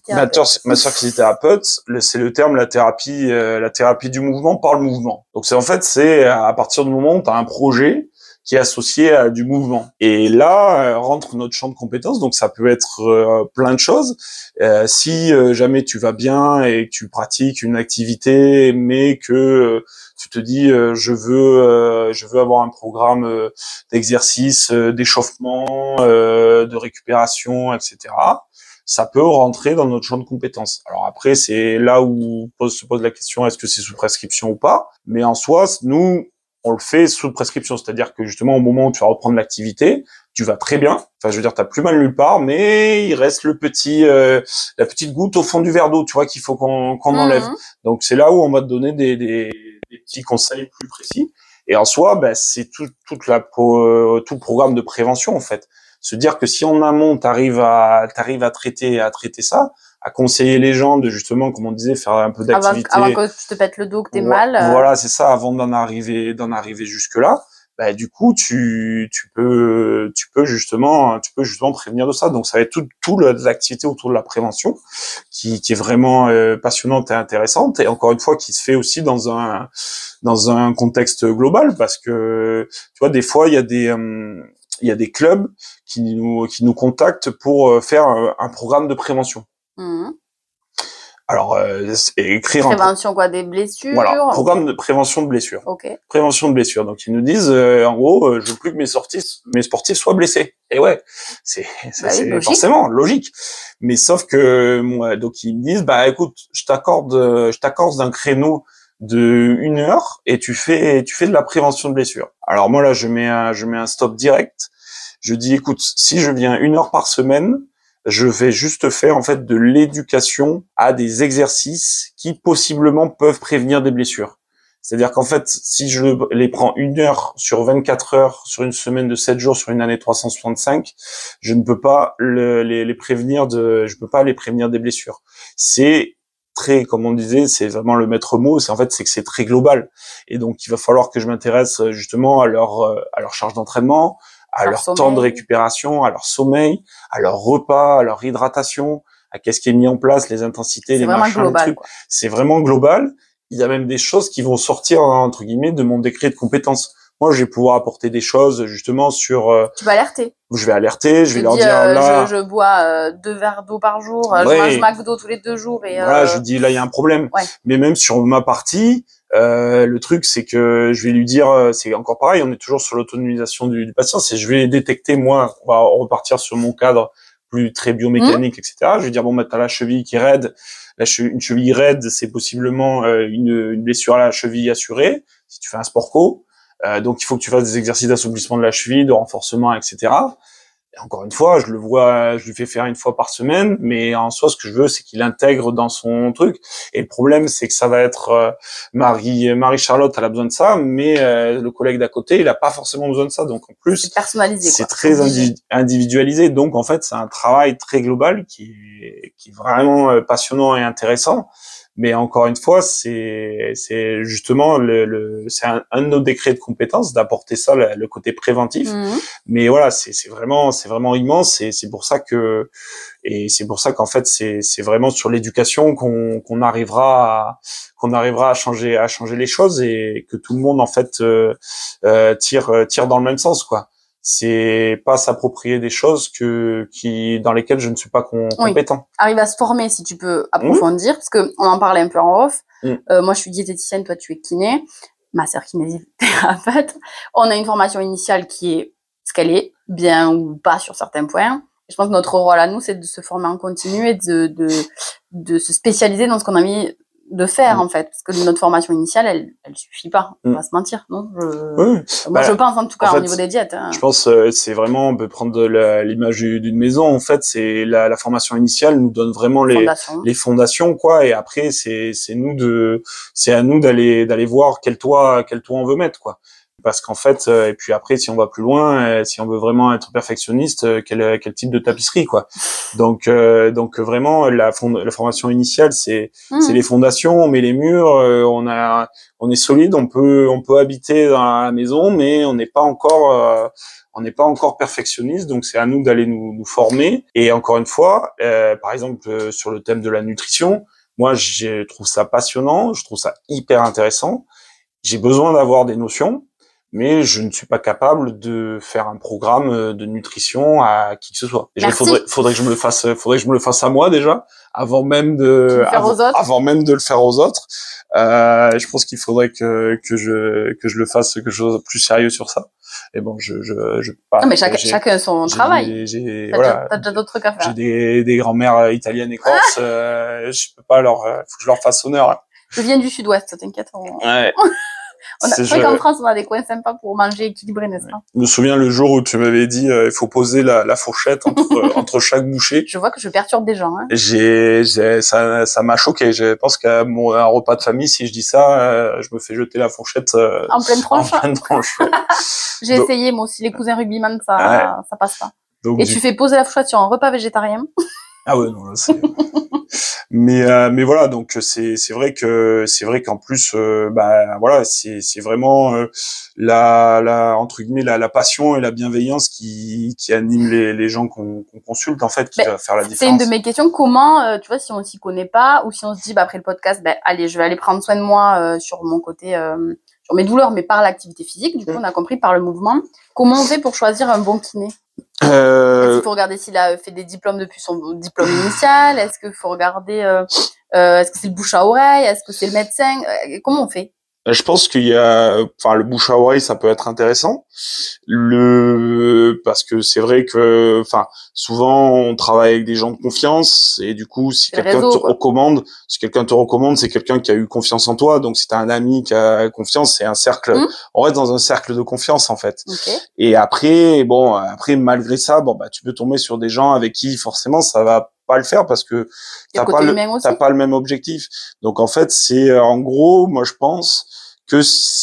Masseur kinésithérapeute, c'est le terme, la thérapie euh, la thérapie du mouvement par le mouvement. Donc, c'est en fait, c'est à partir du moment où tu as un projet qui est associé à du mouvement. Et là, euh, rentre notre champ de compétences, donc ça peut être euh, plein de choses. Euh, si euh, jamais tu vas bien et que tu pratiques une activité, mais que euh, tu te dis euh, je veux euh, je veux avoir un programme euh, d'exercice, euh, d'échauffement, euh, de récupération, et cetera. Ça peut rentrer dans notre champ de compétences. Alors après, c'est là où pose, se pose la question, est-ce que c'est sous prescription ou pas? Mais en soi, nous, on le fait sous prescription, c'est-à-dire que justement au moment où tu vas reprendre l'activité, tu vas très bien. Enfin, je veux dire, t'as plus mal nulle part, mais il reste le petit, euh, la petite goutte au fond du verre d'eau, tu vois, qu'il faut qu'on, qu'on enlève. Mmh. Donc c'est là où on va te donner des, des, des petits conseils plus précis. Et en soi, ben, c'est tout, toute la, euh, tout le programme de prévention en fait. Se dire que si en amont t'arrives à, t'arrives à traiter, à traiter ça, à conseiller les gens de justement, comme on disait, faire un peu d'activité. Avant, avant que tu te pètes le dos, que t'es voilà, mal. Euh... Voilà, c'est ça, avant d'en arriver, d'en arriver jusque là. Bah, du coup, tu, tu peux, tu peux justement, tu peux justement prévenir de ça. Donc, ça va être tout, tout l'activité autour de la prévention qui, qui est vraiment euh, passionnante et intéressante. Et encore une fois, qui se fait aussi dans un, dans un contexte global parce que, tu vois, des fois, il y a des, euh, il y a des clubs qui nous, qui nous contactent pour faire un, un programme de prévention. Mmh. Alors, euh, écrire prévention un... quoi, des blessures. Voilà, programme okay. de prévention de blessures. Ok. Prévention de blessures. Donc ils nous disent, euh, en gros, euh, je veux plus que mes sorties, mes sportifs soient blessés. Et ouais, c'est, c'est, bah oui, c'est logique. Forcément logique. Mais sauf que moi, donc ils me disent, bah écoute, je t'accorde, je t'accorde un créneau de une heure et tu fais tu fais de la prévention de blessures. Alors moi là je mets un, je mets un stop direct. Je dis écoute, si je viens une heure par semaine, je vais juste faire en fait de l'éducation à des exercices qui possiblement peuvent prévenir des blessures. C'est-à-dire qu'en fait, si je les prends une heure sur vingt-quatre heures, sur une semaine de sept jours, sur une année trois cent soixante-cinq, je ne peux pas le, les, les prévenir de, je peux pas les prévenir des blessures. C'est très, comme on disait, c'est vraiment le maître mot. C'est en fait, c'est que c'est très global. Et donc, il va falloir que je m'intéresse justement à leur, à leur charge d'entraînement, à leur, leur temps de récupération, à leur sommeil, à leur repas, à leur hydratation, à qu'est-ce qui est mis en place, les intensités, c'est les machins, global, les trucs. Quoi. C'est vraiment global. Il y a même des choses qui vont sortir, entre guillemets, de mon décret de compétences. Moi, je vais pouvoir apporter des choses, justement, sur... Euh, tu vas alerter. Je vais alerter, je, je vais leur dis, dire, euh, là... Je, je bois euh, deux verres d'eau par jour, ouais. Je mange McDo tous les deux jours. Et, voilà, euh... je dis, là, il y a un problème. Ouais. Mais même sur ma partie, euh, le truc, c'est que je vais lui dire, c'est encore pareil, on est toujours sur l'autonomisation du, du patient, c'est je vais détecter, moi, on va repartir sur mon cadre plus très biomécanique, mmh. et cetera. Je vais dire, bon, bah, t'as la cheville qui est raide. La che- une cheville raide, c'est possiblement euh, une, une blessure à la cheville assurée, si tu fais un sport co. Euh, donc, il faut que tu fasses des exercices d'assouplissement de la cheville, de renforcement, et cetera. Et encore une fois, je le vois, je lui fais faire une fois par semaine, mais en soi, ce que je veux, c'est qu'il intègre dans son truc. Et le problème, c'est que ça va être euh, Marie, Marie-Charlotte, elle a besoin de ça, mais euh, le collègue d'à côté, il a pas forcément besoin de ça. Donc, en plus, c'est personnalisé, c'est quoi. très indi- individualisé. Donc, en fait, c'est un travail très global qui est, qui est vraiment euh, passionnant et intéressant. Mais encore une fois, c'est, c'est justement le, le c'est un, un de nos décrets de compétences d'apporter ça, le, le côté préventif. Mmh. Mais voilà, c'est, c'est vraiment, c'est vraiment immense et c'est pour ça que, et c'est pour ça qu'en fait, c'est, c'est vraiment sur l'éducation qu'on, qu'on arrivera à, qu'on arrivera à changer, à changer les choses et que tout le monde en fait euh, euh, tire, tire dans le même sens, quoi. C'est pas s'approprier des choses que qui dans lesquelles je ne suis pas com- oui. compétent. Arrive à se former si tu peux approfondir, mmh. parce que on en parlait un peu en off. Mmh. Euh, moi, je suis diététicienne, toi, tu es kiné. Ma sœur kinésithérapeute. On a une formation initiale qui est ce qu'elle est, bien ou pas sur certains points. Je pense que notre rôle à nous, c'est de se former en continu et de de de se spécialiser dans ce qu'on a mis de faire, mmh. en fait, parce que notre formation initiale, elle, elle suffit pas, on va mmh. se mentir, non je... Oui. Moi, bah, je pense, en tout cas, en fait, au niveau des diètes. Hein. Je pense, euh, c'est vraiment, on peut prendre de la, l'image d'une maison, en fait, c'est la, la formation initiale nous donne vraiment les, Fondation. les fondations, quoi, et après, c'est, c'est nous de, c'est à nous d'aller, d'aller voir quel toit, quel toit on veut mettre, quoi. Parce qu'en fait, euh, et puis après, si on va plus loin, euh, si on veut vraiment être perfectionniste, euh, quel, quel type de tapisserie, quoi. Donc, euh, donc vraiment, la, fond, la formation initiale, c'est, mmh. c'est les fondations, on met les murs, euh, on a, on est solide, on peut, on peut habiter dans la maison, mais on n'est pas encore, euh, on n'est pas encore perfectionniste. Donc, c'est à nous d'aller nous, nous former. Et encore une fois, euh, par exemple, euh, sur le thème de la nutrition, moi, je trouve ça passionnant, je trouve ça hyper intéressant. J'ai besoin d'avoir des notions. Mais je ne suis pas capable de faire un programme de nutrition à qui que ce soit. Déjà, il faudrait, faudrait que je me le fasse, faudrait que je me le fasse à moi déjà, avant même de, avant, avant même de le faire aux autres. Euh, je pense qu'il faudrait que que je que je le fasse quelque chose de plus sérieux sur ça. Et bon, je je je pas. Non mais chacun chacun son j'ai, travail. J'ai, t'as voilà. Déjà, t'as déjà d'autres trucs à faire. J'ai des des grand-mères italiennes et corses. euh, je peux pas leur, faut que je leur fasse honneur. Hein. Je viens du Sud-Ouest, t'inquiète. On... Ouais. On a, c'est vrai je... qu'en France, on a des coins sympas pour manger équilibré, n'est-ce pas? Je me souviens le jour où tu m'avais dit euh, il faut poser la, la fourchette entre, euh, entre chaque bouchée. Je vois que je perturbe des gens. Hein. J'ai, j'ai, ça, ça m'a choqué. Je pense qu'à mon un repas de famille, si je dis ça, euh, je me fais jeter la fourchette euh, en pleine tronche. En pleine tronche. Ouais. J'ai Donc... essayé moi aussi les cousins rugbyman, ça, ouais. ça passe pas. Donc, Et du... tu fais poser la fourchette sur un repas végétarien. Ah ouais, non là c'est. mais euh, mais voilà, donc c'est c'est vrai que c'est vrai qu'en plus euh, bah voilà, c'est c'est vraiment euh, la la entre guillemets la la passion et la bienveillance qui qui anime les les gens qu'on qu'on consulte en fait qui ben, va faire la différence. C'est une de mes questions, comment euh, tu vois si on s'y connaît pas ou si on se dit bah après le podcast ben allez, je vais aller prendre soin de moi euh, sur mon côté euh, sur mes douleurs mais par l'activité physique, du coup mmh. on a compris par le mouvement. Comment on fait pour choisir un bon kiné? Euh... Est-ce qu'il faut regarder s'il a fait des diplômes depuis son diplôme initial? Est-ce qu'il faut regarder, euh, euh, est-ce que c'est le bouche à oreille? Est-ce que c'est le médecin? euh, Comment on fait? Je pense qu'il y a, enfin, le bouche à oreille, ça peut être intéressant. Le, parce que c'est vrai que, enfin, souvent on travaille avec des gens de confiance et du coup, si C'est le quelqu'un réseau, te quoi. recommande, si quelqu'un te recommande, c'est quelqu'un qui a eu confiance en toi. Donc, si t'as un ami qui a confiance, c'est un cercle. Mmh. On reste dans un cercle de confiance en fait. Ok. Et après, bon, après malgré ça, bon bah, tu peux tomber sur des gens avec qui forcément ça va pas le faire parce que Il y a t'as le pas côté le, humain aussi. t'as pas le même objectif. Donc en fait, c'est euh, en gros, moi je pense que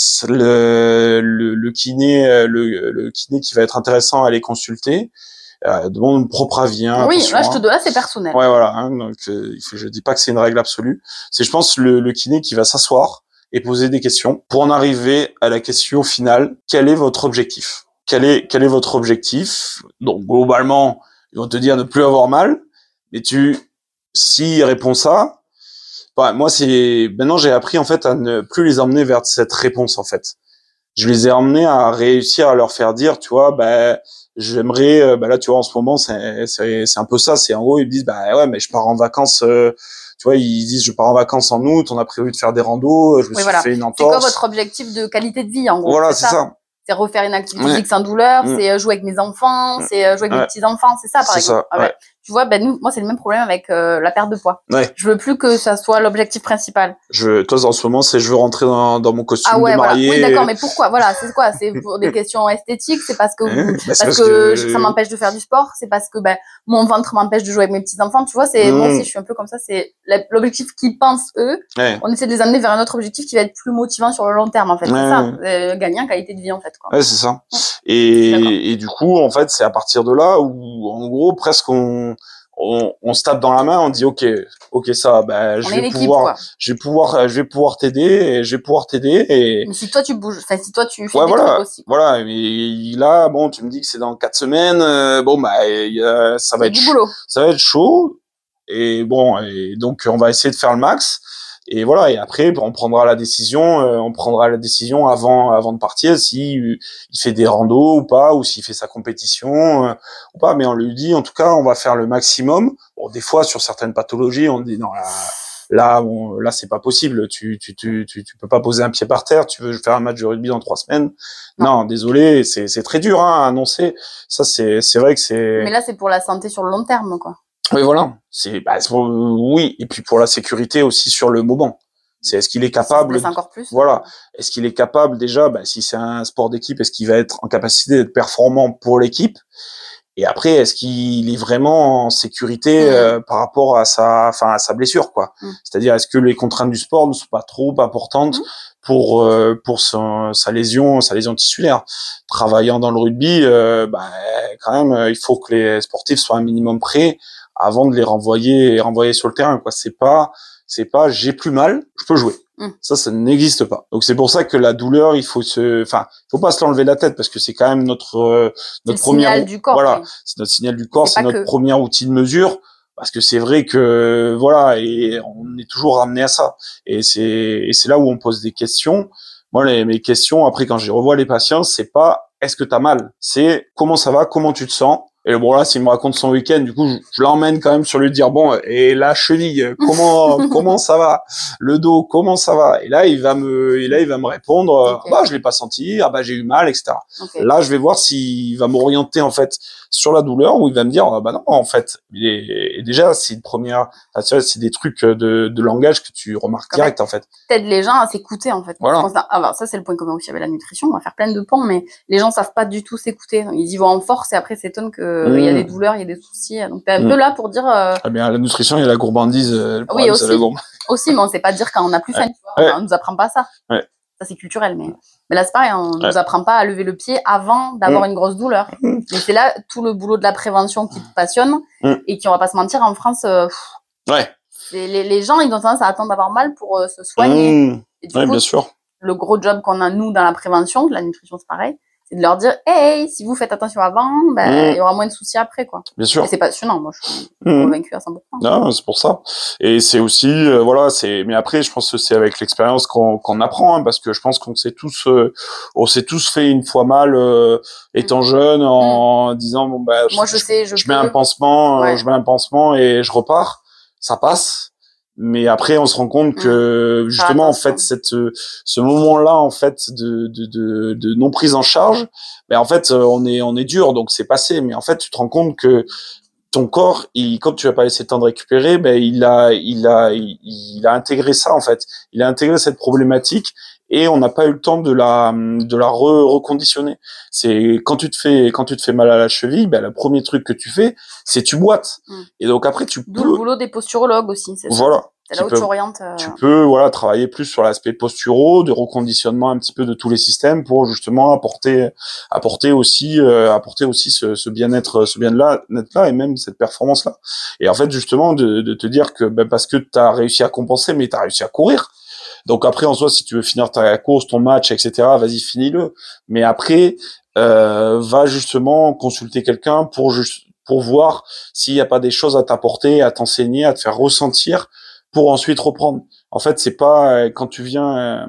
le, le, le kiné, le, le kiné qui va être intéressant à aller consulter, euh, de mon propre avis, hein, Oui, attention. là, je te Hein. donne, là, c'est personnel. Ouais, voilà. Hein, donc, euh, il faut, je dis pas que c'est une règle absolue. C'est, je pense, le, le kiné qui va s'asseoir et poser des questions pour en arriver à la question finale. Quel est votre objectif? Quel est, quel est votre objectif? Donc, globalement, ils vont te dire de plus avoir mal. Mais tu, s'ils répondent ça, bah, moi, c'est, maintenant, j'ai appris, en fait, à ne plus les emmener vers cette réponse, en fait. Je les ai emmenés à réussir à leur faire dire, tu vois, bah, j'aimerais, bah là, tu vois, en ce moment, c'est, c'est, c'est un peu ça. C'est en gros, ils me disent, bah ouais, mais je pars en vacances. Euh, tu vois, ils disent, je pars en vacances en août. On a prévu de faire des randos. Je me Oui, suis voilà. fait une C'est quoi entorse. votre objectif de qualité de vie, en gros? Voilà, C'est c'est ça. ça. C'est refaire une activité Ouais. physique sans douleur, Mmh. c'est jouer avec mes enfants, Mmh. c'est jouer avec Ouais. mes petits-enfants, c'est ça, par C'est exemple. ça, Ah ouais. ouais. Tu vois, ben nous, moi, c'est le même problème avec euh, la perte de poids. Ouais. Je veux plus que ça soit l'objectif principal. Je, toi, en ce moment, c'est je veux rentrer dans, dans mon costume Ah ouais, de voilà. mariée. Oui, d'accord, mais pourquoi? Voilà, c'est quoi? C'est pour des questions esthétiques, c'est parce que vous, Hein bah, c'est parce, parce que, que- ça m'empêche de faire du sport, c'est parce que ben mon ventre m'empêche de jouer avec mes petits-enfants, tu vois, c'est, Mmh. moi aussi, je suis un peu comme ça, c'est l'objectif qu'ils pensent eux. Ouais. On essaie de les amener vers un autre objectif qui va être plus motivant sur le long terme, en fait. Ouais. C'est ça. Euh, gagner en qualité de vie, en fait, quoi. Ouais, c'est ça. Ouais. Et, et du coup, en fait, c'est à partir de là où, en gros, presque on, on, on se tape dans la main, on dit, ok, ok, ça, bah, je On est vais une équipe, pouvoir, quoi. je vais pouvoir, je vais pouvoir t'aider, et je vais pouvoir t'aider, et. Mais si toi tu bouges, enfin, si toi tu fais Ouais, des voilà, trucs aussi. voilà. Mais là, bon, tu me dis que c'est dans quatre semaines, euh, bon, bah, y a, ça va Il y a être, du boulot. ça va être chaud, et bon, et donc, on va essayer de faire le max. Et voilà, et après on prendra la décision, euh, on prendra la décision avant avant de partir si euh, il fait des randos ou pas, ou s'il fait sa compétition euh, ou pas. Mais on lui dit en tout cas, on va faire le maximum. Bon, des fois sur certaines pathologies, on dit non là là on, là c'est pas possible. Tu tu tu tu tu peux pas poser un pied par terre. Tu veux faire un match de rugby dans trois semaines? Non, non désolé, c'est c'est très dur hein, à annoncer. Ça c'est c'est vrai que c'est. Mais là c'est pour la santé sur le long terme quoi. Oui, voilà. C'est, bah, c'est pour, oui, et puis pour la sécurité aussi sur le moment. C'est est-ce qu'il est capable. Si encore plus. Voilà. Est-ce qu'il est capable déjà, bah, si c'est un sport d'équipe, est-ce qu'il va être en capacité d'être performant pour l'équipe? Et après, est-ce qu'il est vraiment en sécurité mmh. euh, par rapport à sa, enfin, à sa blessure, quoi. Mmh. C'est-à-dire, est-ce que les contraintes du sport ne sont pas trop importantes mmh. pour euh, pour son, sa lésion, sa lésion tissulaire? Travaillant dans le rugby, euh, bah, quand même, il faut que les sportifs soient un minimum prêts avant de les renvoyer et renvoyer sur le terrain, quoi. C'est pas, c'est pas, j'ai plus mal, je peux jouer. Mmh. Ça, ça n'existe pas. Donc c'est pour ça que la douleur, il faut se, enfin, il faut pas se l'enlever de la tête parce que c'est quand même notre euh, notre premier signal du corps. Voilà, oui. c'est notre signal du corps, c'est, c'est notre que... premier outil de mesure. Parce que c'est vrai que voilà, et on est toujours ramené à ça. Et c'est et c'est là où on pose des questions. Moi, les, mes questions après quand je revois les patients, c'est pas est-ce que t'as mal, c'est comment ça va, comment tu te sens. Et bon là, s'il me raconte son week-end, du coup, je, je l'emmène quand même sur lui dire bon, et la cheville, comment comment ça va, le dos, comment ça va. Et là, il va me, et là, il va me répondre, okay. bah je l'ai pas senti, ah bah j'ai eu mal, et cetera. Okay. Là, je vais voir s'il va m'orienter en fait sur la douleur ou il va me dire ah bah non, en fait. Et, et déjà, c'est une première, enfin, tu vois, c'est des trucs de, de langage que tu remarques direct en fait. T'aides les gens à s'écouter en fait. Voilà. Ah bah ça c'est le point commun aussi avec la nutrition. On va faire plein de ponts, mais les gens savent pas du tout s'écouter. Ils y vont en force et après s'étonnent que il mmh. y a des douleurs, il y a des soucis. Donc t'es un mmh. peu là pour dire. Euh... Ah bien la nutrition, il y a la gourmandise. Le oui aussi. C'est aussi, mais on sait pas dire quand on a plus faim. Ouais. Tu vois. Ouais. On nous apprend pas ça. Ouais. Ça c'est culturel, mais mais là c'est pareil. On ouais. nous apprend pas à lever le pied avant d'avoir mmh. une grosse douleur. Mmh. Mais c'est là tout le boulot de la prévention qui te passionne mmh. et qui on va pas se mentir en France. Euh, ouais. Les, les gens, ils ont tendance à attendre d'avoir mal pour euh, se soigner. Mmh. Et du ouais, coup, bien sûr. Le gros job qu'on a, nous, dans la prévention, de la nutrition, c'est pareil, c'est de leur dire, hey, si vous faites attention avant, ben, il mmh. y aura moins de soucis après, quoi. Bien sûr. Et c'est passionnant, moi, je suis mmh. convaincue à cent pour cent. Non, c'est pour ça. Et c'est aussi, euh, voilà, c'est, mais après, je pense que c'est avec l'expérience qu'on, qu'on apprend, hein, parce que je pense qu'on s'est tous, euh, on s'est tous fait une fois mal, euh, étant mmh. jeune, en mmh. disant, bon, bah, moi, je, je sais, je, je peux... mets un pansement, ouais. euh, je mets un pansement et je repars. Ça passe. Mais après, on se rend compte que Mmh. justement, en fait, cette, ce moment-là, en fait, de, de, de, de non prise en charge, ben en fait, on est, on est dur, donc c'est passé. Mais en fait, tu te rends compte que ton corps, il, comme tu vas pas laissé le temps de récupérer, ben il a, il a, il, il a intégré ça en fait. Il a intégré cette problématique et on n'a pas eu le temps de la, de la re- reconditionner. C'est quand tu te fais, quand tu te fais mal à la cheville, ben le premier truc que tu fais, c'est tu boites. Mmh. Et donc après tu D'où peux, le boulot des posturologues aussi, c'est ça. voilà. C'est là où peux, tu orientes. Euh... Tu peux, voilà, travailler plus sur l'aspect posturaux, de reconditionnement un petit peu de tous les systèmes pour justement apporter, apporter aussi, euh, apporter aussi ce, ce bien-être, ce bien-être là, et même cette performance-là. Et en fait, justement, de, de te dire que, ben, parce que t'as réussi à compenser, mais t'as réussi à courir. Donc après, en soi, si tu veux finir ta course, ton match, et cetera, vas-y, finis-le. Mais après, euh, va justement consulter quelqu'un pour juste, pour voir s'il n'y a pas des choses à t'apporter, à t'enseigner, à te faire ressentir, pour ensuite reprendre. En fait, c'est pas quand tu viens euh,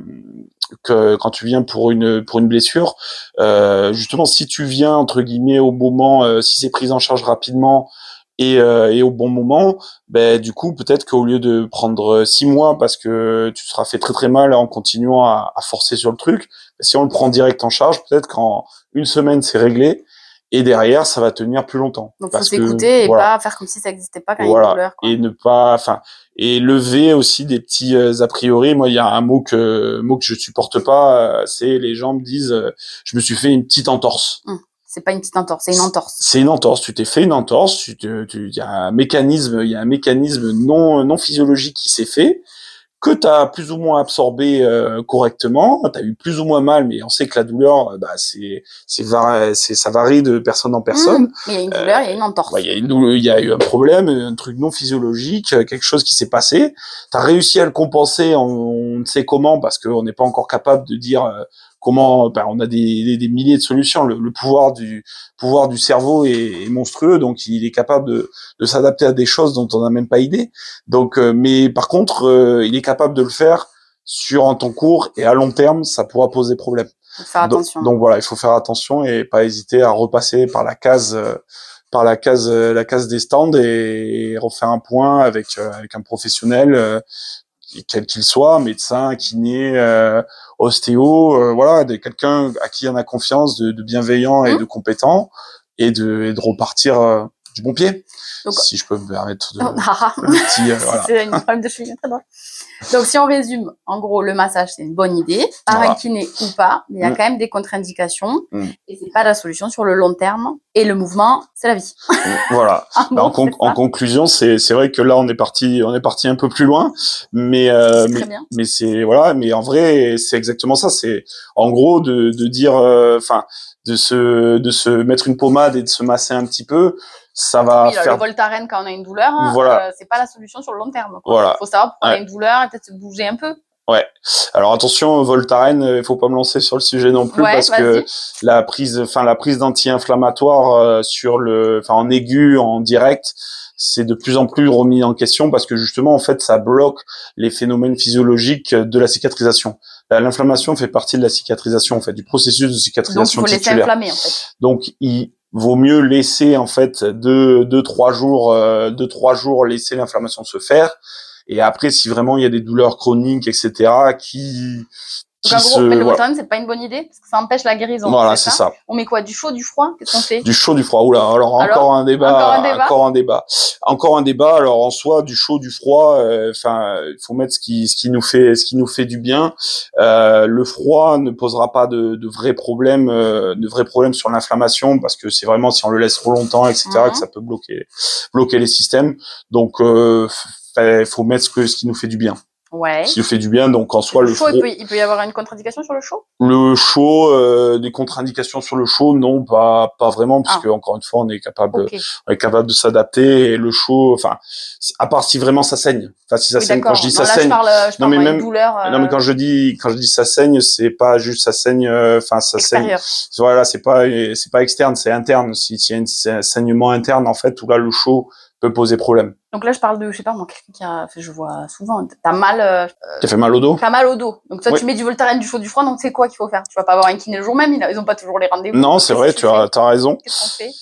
que quand tu viens pour une pour une blessure, euh, justement si tu viens entre guillemets au moment, euh, si c'est pris en charge rapidement et, euh, et au bon moment, ben du coup peut-être qu'au lieu de prendre six mois parce que tu seras fait très très mal en continuant à, à forcer sur le truc, si on le prend direct en charge, peut-être qu'en une semaine c'est réglé. Et derrière, ça va tenir plus longtemps. Donc, parce faut s'écouter que, et voilà. pas faire comme si ça n'existait pas quand Voilà. il y a une douleur. Quoi. Et ne pas, enfin, et lever aussi des petits euh, a priori. Moi, il y a un mot que, mot que je supporte pas, euh, c'est les gens me disent, euh, je me suis fait une petite entorse. Hum. C'est pas une petite entorse, c'est une entorse. C'est une entorse. Tu t'es fait une entorse. Tu, te, tu, il y a un mécanisme, il y a un mécanisme non, non physiologique qui s'est fait, que tu as plus ou moins absorbé euh, correctement, tu as eu plus ou moins mal, mais on sait que la douleur, bah c'est c'est c'est ça varie de personne en personne. Mmh, mais il y a une douleur, il euh, y a une entorse. Il y a une il y a eu un problème, un truc non physiologique, quelque chose qui s'est passé. Tu as réussi à le compenser, on, on ne sait comment parce qu'on n'est pas encore capable de dire euh, comment. Ben, on a des, des, des milliers de solutions. Le, le pouvoir du pouvoir du cerveau est, est monstrueux, donc il est capable de, de s'adapter à des choses dont on n'a même pas idée. Donc, euh, mais par contre, euh, il est capable de le faire sur un temps court et à long terme, ça pourra poser problème. Faut faire attention. Donc, donc voilà, il faut faire attention et pas hésiter à repasser par la case, euh, par la case, euh, la case des stands et, et refaire un point avec euh, avec un professionnel, euh, quel qu'il soit, médecin, kiné, euh, ostéo, euh, voilà, de quelqu'un à qui on a confiance, de, de bienveillant et mmh. de compétent, et de, et de repartir euh, du bon pied. Donc, si je peux me permettre de petit, euh, voilà. C'est une problème de cheville très drôle. Donc si on résume, en gros, le massage c'est une bonne idée, par voilà. un kiné ou pas, mais il y a mmh. quand même des contre-indications mmh. et c'est pas la solution sur le long terme. Et le mouvement, c'est la vie. Voilà. en, bah, en, con- en conclusion, c'est c'est vrai que là on est parti on est parti un peu plus loin, mais euh, mais, mais c'est voilà, mais en vrai c'est exactement ça. C'est en gros de de dire, enfin, euh, de se de se mettre une pommade et de se masser un petit peu. Ça va oui, là, faire le Voltaren quand on a une douleur, voilà. euh, c'est pas la solution sur le long terme. Quoi. Voilà. Faut savoir pourquoi ouais. on a une douleur et peut-être se bouger un peu. Ouais. Alors attention, Voltaren, il faut pas me lancer sur le sujet non plus ouais, parce vas-y. que la prise, enfin la prise d'anti-inflammatoire euh, sur le, enfin en aigu, en direct, c'est de plus en plus remis en question parce que justement en fait ça bloque les phénomènes physiologiques de la cicatrisation. L'inflammation fait partie de la cicatrisation, en fait, du processus de cicatrisation tissulaire. Donc il faut tissulaire. laisser inflammer en fait. Donc il vaut mieux laisser en fait deux, deux, trois jours, euh, deux, trois jours laisser l'inflammation se faire. Et après, si vraiment il y a des douleurs chroniques, et cetera, qui, qui Donc en gros, se, mais le Voltaren, voilà. c'est pas une bonne idée parce que ça empêche la guérison. Voilà, c'est ça. ça. On met quoi, du chaud, du froid? Qu'est-ce qu'on fait? Du chaud, du froid. Oula, alors, alors encore un débat, encore un débat, encore un débat, encore un débat. Alors en soi, du chaud, du froid. Enfin, euh, il faut mettre ce qui, ce qui nous fait, ce qui nous fait du bien. Euh, le froid ne posera pas de, de vrais problèmes, euh, de vrais problèmes sur l'inflammation parce que c'est vraiment si on le laisse trop longtemps, et cetera, mm-hmm. que ça peut bloquer, bloquer les systèmes. Donc euh, il faut mettre ce, que, ce qui nous fait du bien. Ouais. Ce qui nous fait du bien, donc en soi le, le chaud, froid. Il peut, il peut y avoir une contre-indication sur le chaud? Le chaud, euh, des contre-indications sur le chaud, non, pas pas vraiment, parce ah. que encore une fois, on est capable, okay. on est capable de s'adapter. Et le chaud, enfin, à part si vraiment ça saigne. Enfin, si ça oui, saigne, quand je dis non, ça là, saigne. Je parle, je non mais même. Douleur, euh... Non mais quand je dis quand je dis ça saigne, c'est pas juste ça saigne. Enfin, euh, ça Extérieur. saigne. Voilà, c'est pas c'est pas externe, c'est interne. S'il y a une, un saignement interne, en fait, où là le chaud peut poser problème. Donc là, je parle de, je sais pas, moi, quelqu'un qui a, je vois souvent, t'as mal, euh, t'as fait mal au dos? T'as mal au dos. Donc toi, oui. tu mets du Voltaren, du chaud, du froid, donc c'est quoi qu'il faut faire? Tu vas pas avoir un kiné le jour même, ils ont pas toujours les rendez-vous. Non, c'est vrai, tu as, t'as raison. Qu'est-ce qu'on fait?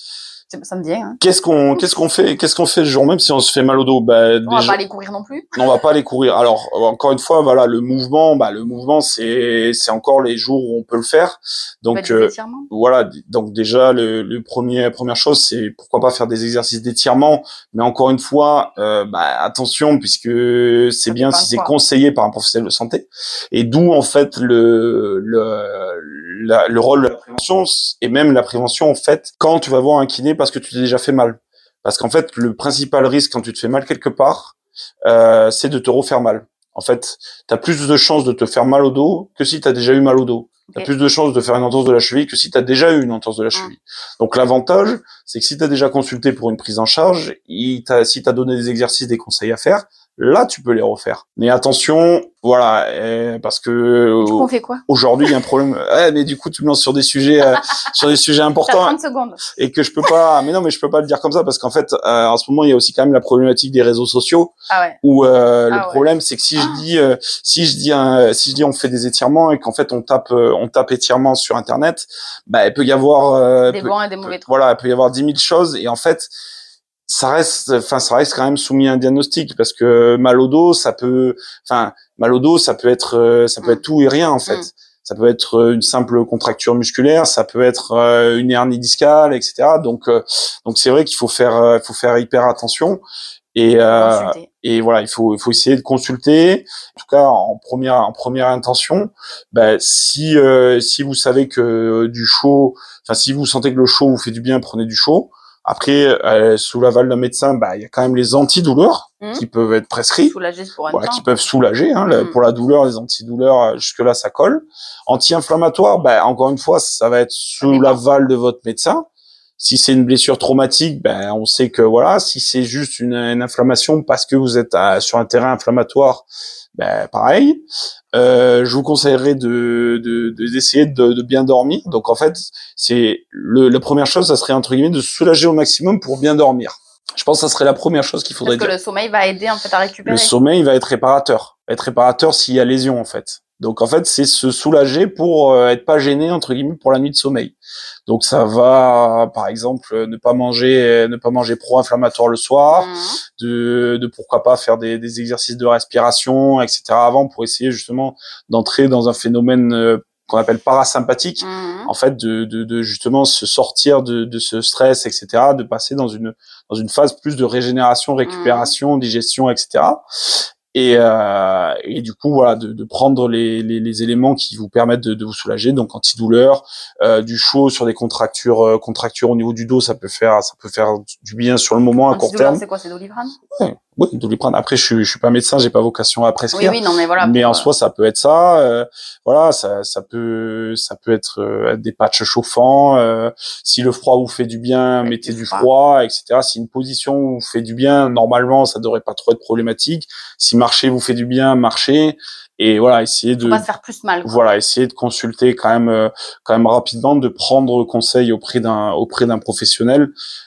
Ça me vient. Hein. Qu'est-ce qu'on, qu'est-ce qu'on fait, qu'est-ce qu'on fait le jour même si on se fait mal au dos? Bah, on déjà... va pas aller courir non plus. On va pas aller courir. Alors, encore une fois, voilà, le mouvement, bah, le mouvement, c'est, c'est encore les jours où on peut le faire. Donc, euh, voilà. Donc, déjà, le, le premier, la première chose, c'est pourquoi pas faire des exercices d'étirement. Mais encore une fois, euh, bah, attention, puisque c'est ça bien si c'est conseillé par un professionnel de santé. Et d'où, en fait, le, le, la, le rôle de la prévention et même la prévention, en fait, quand tu vas voir un kiné parce que tu t'es déjà fait mal. Parce qu'en fait, le principal risque quand tu te fais mal quelque part, euh, c'est de te refaire mal. En fait, tu as plus de chances de te faire mal au dos que si tu as déjà eu mal au dos. Okay. Tu as plus de chances de faire une entorse de la cheville que si tu as déjà eu une entorse de la cheville. Mmh. Donc l'avantage, c'est que si tu as déjà consulté pour une prise en charge, il t'a, si tu as donné des exercices, des conseils à faire, là, tu peux les refaire. Mais attention, voilà, euh, parce que du coup, on fait quoi aujourd'hui, il y a un problème. Ouais, mais du coup, tu me lances sur des sujets, euh, sur des sujets importants. T'as trente secondes. Et que je peux pas. Mais non, mais je peux pas le dire comme ça parce qu'en fait, euh, en ce moment, il y a aussi quand même la problématique des réseaux sociaux. Ah ouais. Où euh, ah le ouais. problème, c'est que si ah. je dis, euh, si je dis, un, si je dis, on fait des étirements et qu'en fait, on tape, euh, on tape étirements sur Internet, bah, il peut y avoir euh, des peut, bons et des mauvais trucs. Voilà, il peut y avoir dix mille choses et en fait. Ça reste, enfin, ça reste quand même soumis à un diagnostic parce que mal au dos, ça peut, enfin, mal au dos, ça peut être, ça peut être tout et rien en fait. Mm. Ça peut être une simple contracture musculaire, ça peut être une hernie discale, et cetera. Donc, donc c'est vrai qu'il faut faire, il faut faire hyper attention et euh, et voilà, il faut, il faut essayer de consulter. En tout cas, en première, en première intention, bah, si, euh, si vous savez que du chaud, enfin, si vous sentez que le chaud vous fait du bien, prenez du chaud. Après, euh, sous l'aval d'un médecin, bah il y a quand même les antidouleurs mmh. qui peuvent être prescrits, soulager pour un voilà, temps. qui peuvent soulager. Hein, mmh. Pour la douleur, les antidouleurs, jusque là, ça colle. Anti-inflammatoire, bah encore une fois, ça va être sous l'aval de votre médecin. Si c'est une blessure traumatique, ben on sait que voilà. Si c'est juste une, une inflammation parce que vous êtes à, sur un terrain inflammatoire, ben pareil. Euh, je vous conseillerais de, de, de d'essayer de, de bien dormir. Donc en fait, c'est le, la première chose, ça serait entre guillemets de se soulager au maximum pour bien dormir. Je pense que ça serait la première chose qu'il faudrait dire. Parce que dire. le sommeil va aider en fait à récupérer. Le sommeil va être réparateur, va être réparateur s'il y a lésion en fait. Donc en fait, c'est se soulager pour euh, être pas gêné entre guillemets pour la nuit de sommeil. Donc ça va, par exemple, ne pas manger, ne pas manger pro-inflammatoire le soir, mmh. de, de pourquoi pas faire des, des exercices de respiration, et cetera avant pour essayer justement d'entrer dans un phénomène euh, qu'on appelle parasympathique, mmh. en fait, de, de, de justement se sortir de, de ce stress, et cetera, de passer dans une dans une phase plus de régénération, récupération, mmh. digestion, et cetera. Et, euh, et du coup voilà de, de prendre les, les, les éléments qui vous permettent de, de vous soulager, donc antidouleur, euh, du chaud sur des contractures euh, contractures au niveau du dos, ça peut faire ça peut faire du bien sur le moment à court terme. C'est quoi, c'est Doliprane? Ouais, oui, Doliprane. Après je suis je suis pas médecin, j'ai pas vocation à prescrire. Oui oui non mais voilà. Mais pour, en soi ça peut être ça, euh, voilà ça ça peut ça peut être euh, des patchs chauffants. Euh, si le froid vous fait du bien, Avec mettez du froid. froid, et cetera. Si une position vous fait du bien, normalement ça devrait pas trop être problématique. Si marcher vous fait du bien, marcher. Et voilà, essayer de Faut pas se faire plus mal, quoi. Voilà, essayer de consulter quand même euh, quand même rapidement, de prendre conseil auprès d'un auprès d'un professionnel.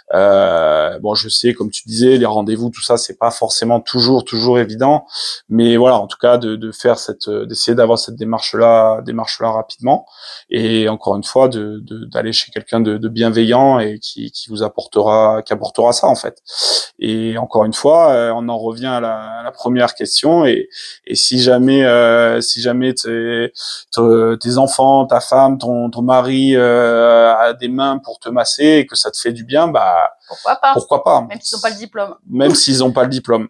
Euh, bon, je sais, comme tu disais, les rendez-vous, tout ça, c'est pas forcément toujours toujours évident, mais voilà, en tout cas, de de faire cette d'essayer d'avoir cette démarche là, démarche là rapidement, et encore une fois, de de d'aller chez quelqu'un de, de bienveillant et qui qui vous apportera qui apportera ça en fait. Et encore une fois, euh, on en revient à la, à la première question, et et si jamais euh, Euh, si jamais tes, tes enfants, ta femme, ton, ton mari euh, a des mains pour te masser et que ça te fait du bien, bah pourquoi pas, pourquoi pas même s'ils n'ont pas le diplôme. Même s'ils n'ont pas le diplôme.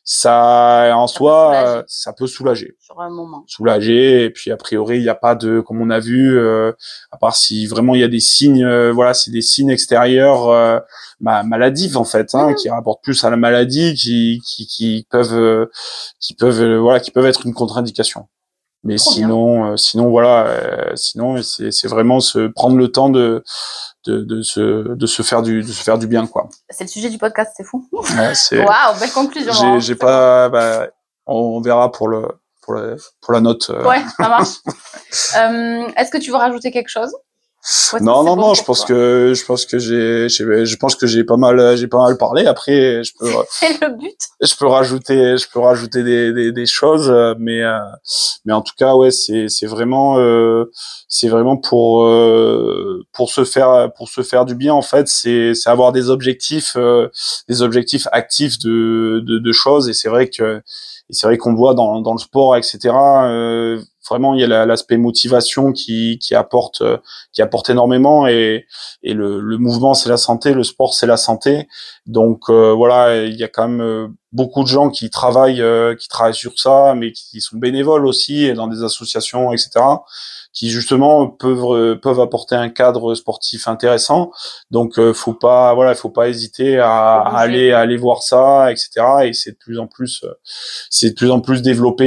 Ça, en ça soi, peut ça peut soulager. Sur un moment. Soulager, et puis a priori, il n'y a pas de, comme on a vu, euh, à part si vraiment il y a des signes, euh, voilà, c'est des signes extérieurs euh, bah, maladifs en fait, hein, mmh. qui rapportent plus à la maladie, qui, qui, qui peuvent, euh, qui peuvent, euh, voilà, qui peuvent être une contre-indication. Mais Trop sinon, euh, sinon voilà, euh, sinon c'est, c'est vraiment se prendre le temps de de, de se de se faire du de se faire du bien quoi. C'est le sujet du podcast, c'est fou. Ouais, c'est. Waouh, belle conclusion. J'ai, hein, j'ai pas, bah, on verra pour le pour la pour la note. Euh... Ouais, ça marche. euh, est-ce que tu veux rajouter quelque chose? Ouais, non, non, bon non, je pense toi. que, je pense que j'ai, je, je pense que j'ai pas mal, j'ai pas mal parlé. Après, je peux, c'est le but. Je peux rajouter, je peux rajouter des, des, des choses, mais, euh, mais en tout cas, ouais, c'est, c'est vraiment, euh, c'est vraiment pour, euh, pour se faire, pour se faire du bien, en fait, c'est, c'est avoir des objectifs, euh, des objectifs actifs de, de, de choses. Et c'est vrai que, et c'est vrai qu'on voit dans, dans le sport, et cetera. Euh, vraiment, il y a la, l'aspect motivation qui, qui apporte, euh, qui apporte énormément. Et, et le, le mouvement, c'est la santé, le sport, c'est la santé. Donc euh, voilà, il y a quand même euh, beaucoup de gens qui travaillent, euh, qui travaillent sur ça, mais qui sont bénévoles aussi et dans des associations, et cetera, qui justement peuvent euh, peuvent apporter un cadre sportif intéressant. Donc euh, faut pas, voilà, faut pas hésiter à, à aller à aller voir ça, et cetera. Et c'est de plus en plus, euh, c'est de plus en plus développé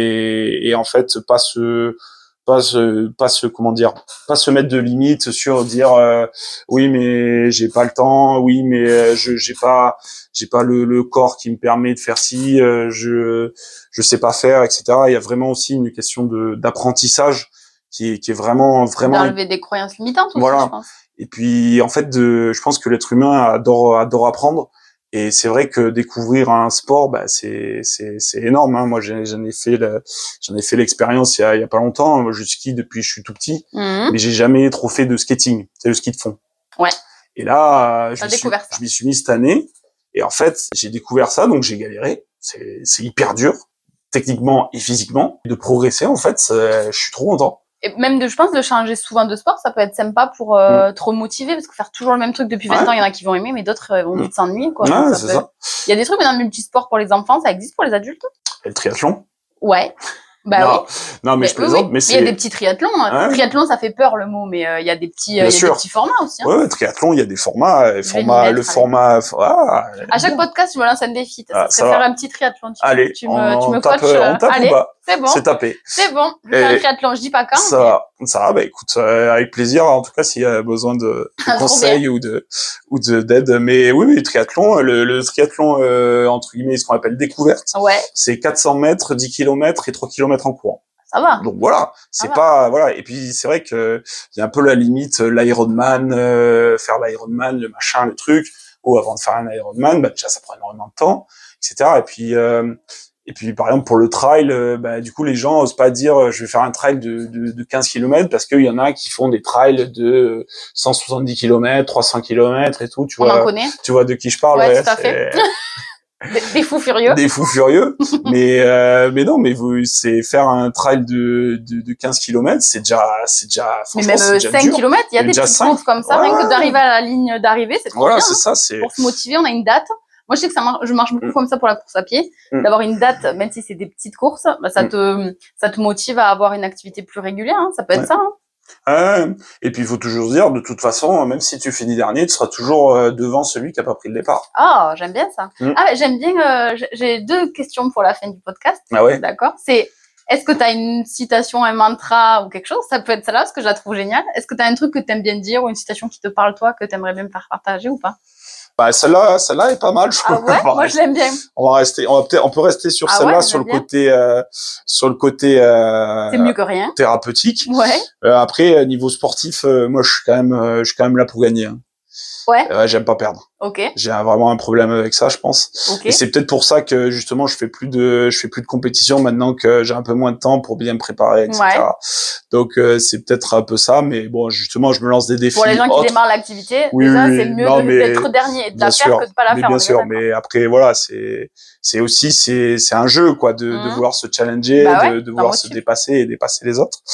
et, et en fait pas se pas se pas se comment dire pas se mettre de limites sur dire euh, oui mais j'ai pas le temps, oui mais euh, je j'ai pas j'ai pas le, le corps qui me permet de faire ci, euh, je je sais pas faire, etc. Il y a vraiment aussi une question de d'apprentissage qui est qui est vraiment vraiment d'enlever des croyances limitantes aussi, voilà. je pense. Et puis en fait de je pense que l'être humain adore adore apprendre. Et c'est vrai que découvrir un sport, bah c'est c'est c'est énorme. Hein. Moi, j'en, j'en ai fait le, j'en ai fait l'expérience il y a il y a pas longtemps. Moi, je skie depuis que je suis tout petit, mmh. mais j'ai jamais trop fait de skating. C'est le ski de fond. Ouais. Et là, je m'y, suis, ça. je m'y suis mis cette année. Et en fait, j'ai découvert ça, donc j'ai galéré. C'est c'est hyper dur, techniquement et physiquement, de progresser. En fait, je suis trop content. Et même de, je pense, de changer souvent de sport, ça peut être sympa pour euh, mmh. te remotiver, parce que faire toujours le même truc depuis vingt ouais. ans, il y en a qui vont aimer, mais d'autres euh, vont vite mmh. s'ennuyer, quoi. Ouais, ça c'est peut... ça. Il y a des trucs dans le multisport pour les enfants, ça existe pour les adultes? Et le triathlon? Ouais. Bah non, oui. non, mais, mais je plaisante, oui, oui. mais c'est. Il y a des petits triathlons. Hein. Ouais. Triathlon, ça fait peur le mot, mais il euh, y a des petits, euh, il y a des petits formats aussi. Hein. Ouais, triathlon, il y a des formats, je format, le format. Ah, à chaque podcast, je me lance un défi. Ça, ah, ça faire un petit triathlon. Tu, Allez, tu me, tu me tape, coaches. On tape allez, ou pas c'est bon. C'est tapé. C'est bon. Je fais un triathlon. Je dis pas quand. Ça mais... va, ça va. Bah écoute, euh, avec plaisir. En tout cas, s'il y a besoin de, de ah, conseils ou de ou de d'aide. Mais oui, oui, le triathlon, le, le triathlon euh, entre guillemets, ce qu'on appelle découverte. Ouais. C'est quatre cents mètres, dix kilomètres et trois kilomètres en courant. Ça va. Donc voilà, c'est ça pas va. Voilà. Et puis c'est vrai que il y a un peu la limite l'Ironman, euh, faire l'Ironman, le machin, le truc. Ou avant de faire un Ironman, bah déjà ça prend énormément de temps, et cetera. Et puis euh, et puis par exemple pour le trail, euh, bah du coup les gens osent pas dire je vais faire un trail de de, de quinze kilomètres parce qu'il y en a qui font des trails de cent soixante-dix kilomètres, trois cents kilomètres et tout. Tu On vois. en connaît. Tu vois de qui je parle. Ouais, ouais tout à fait. Des, des fous furieux. Des fous furieux. mais, euh, mais non, mais vous, c'est faire un trail de, de, de quinze kilomètres, c'est déjà, c'est déjà, mais même c'est cinq kilomètres, il y a des petites courses comme ça, ouais. Rien que d'arriver à la ligne d'arrivée, c'est trop voilà, bien. c'est hein. ça, c'est. Pour se motiver, on a une date. Moi, je sais que ça marche, je marche beaucoup mm. comme ça pour la course à pied. Mm. D'avoir une date, même si c'est des petites courses, bah, ça mm. te, ça te motive à avoir une activité plus régulière, hein. Ça peut être ouais. ça, hein. Euh, et puis il faut toujours dire, de toute façon, même si tu finis dernier, tu seras toujours euh, devant celui qui a pas pris le départ. Ah, oh, j'aime bien ça. Mm. Ah, j'aime bien. Euh, j'ai deux questions pour la fin du podcast. Ah ouais. D'accord. C'est, est-ce que tu as une citation, un mantra ou quelque chose? Ça peut être celle-là parce que je la trouve géniale. Est-ce que tu as un truc que tu aimes bien dire ou une citation qui te parle toi que tu aimerais bien me faire partager ou pas? Bah celle-là, celle-là est pas mal. Je ah ouais, moi je l'aime bien. On va rester, on va peut-être, on peut rester sur ah celle-là ouais, sur le bien. côté, euh, sur le côté. Euh, c'est mieux que rien. Thérapeutique. Ouais. Euh, après niveau sportif, euh, moi je suis quand même, euh, je suis quand même là pour gagner. Hein. Ouais. Euh, j'aime pas perdre. Ok. J'ai un, vraiment un problème avec ça, je pense. Okay. Et c'est peut-être pour ça que justement je fais plus de, je fais plus de compétition maintenant que j'ai un peu moins de temps pour bien me préparer, et cetera. Ouais. Donc euh, c'est peut-être un peu ça, mais bon, justement, je me lance des défis. Pour les gens autres. qui démarrent l'activité, oui, déjà oui, c'est mieux non, de, mais, d'être dernier et de la sûr, faire que de pas la mais faire. Bien sûr, mais après voilà, c'est, c'est aussi c'est, c'est un jeu quoi, de, mmh. de vouloir se challenger, bah ouais, de, de vouloir se dépasser et dépasser les autres.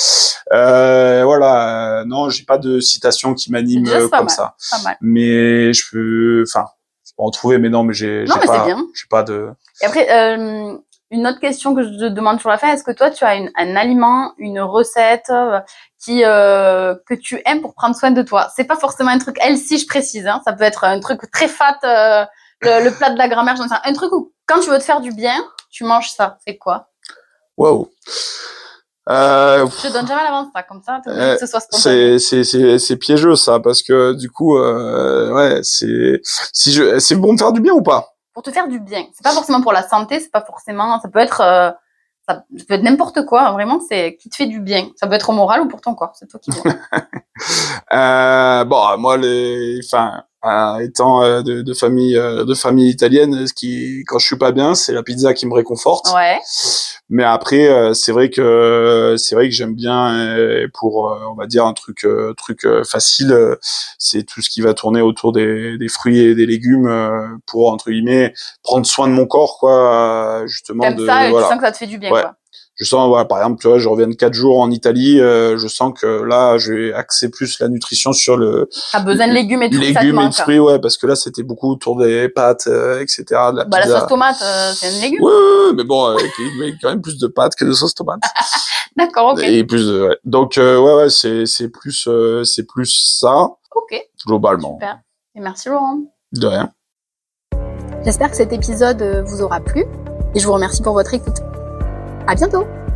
Euh, voilà, euh, non, j'ai pas de citation qui m'anime euh, comme mal, ça. Pas mal. Mais je peux, enfin. En trouver, mais non, mais j'ai, non, j'ai mais pas, c'est bien. j'ai pas de. Et après, euh, une autre question que je te demande sur la fin, est-ce que toi, tu as une, un aliment, une recette euh, qui euh, que tu aimes pour prendre soin de toi? C'est pas forcément un truc healthy, je précise. Hein, ça peut être un truc très fat, euh, le, le plat de la grand-mère, j'en sais un truc où quand tu veux te faire du bien, tu manges ça. C'est quoi? Wow. Euh, je te donne jamais l'avance, ça, comme ça, euh, que ce soit spontané. C'est, c'est, c'est, c'est piégeux, ça, parce que, du coup, euh, ouais, c'est, si je, c'est bon de faire du bien ou pas? Pour te faire du bien. C'est pas forcément pour la santé, c'est pas forcément, ça peut être, euh, Ça peut être n'importe quoi, hein, vraiment, c'est qui te fait du bien. Ça peut être au moral ou pour ton corps, c'est toi qui vois. euh, bon, moi, les, enfin, euh, étant euh, de, de famille, euh, de famille italienne, ce qui, quand je suis pas bien, c'est la pizza qui me réconforte. Ouais. Mais après, euh, c'est vrai que c'est vrai que j'aime bien euh, pour, euh, on va dire un truc, euh, truc euh, facile, euh, c'est tout ce qui va tourner autour des, des fruits et des légumes euh, pour entre guillemets prendre soin de mon corps, quoi, euh, justement. T'aimes de ça et voilà. tu sens que ça te fait du bien, ouais. quoi. Je sens, voilà, par exemple, tu vois, je reviens de quatre jours en Italie, euh, je sens que là, je vais axer plus la nutrition sur le T'as besoin de légumes et tout, ça te légumes et de manque. fruits, ouais, parce que là, c'était beaucoup autour des pâtes, euh, et cetera, de la Bah, la pizza. sauce tomate, euh, c'est un légume. Ouais, ouais, ouais, mais bon, euh, il met quand même plus de pâtes que de sauce tomate. D'accord, ok. Et plus de, ouais. Donc, euh, ouais, ouais, c'est, c'est plus, euh, c'est plus ça, Ok. globalement. Super. Et merci, Laurent. De rien. J'espère que cet épisode vous aura plu et je vous remercie pour votre écoute. À bientôt!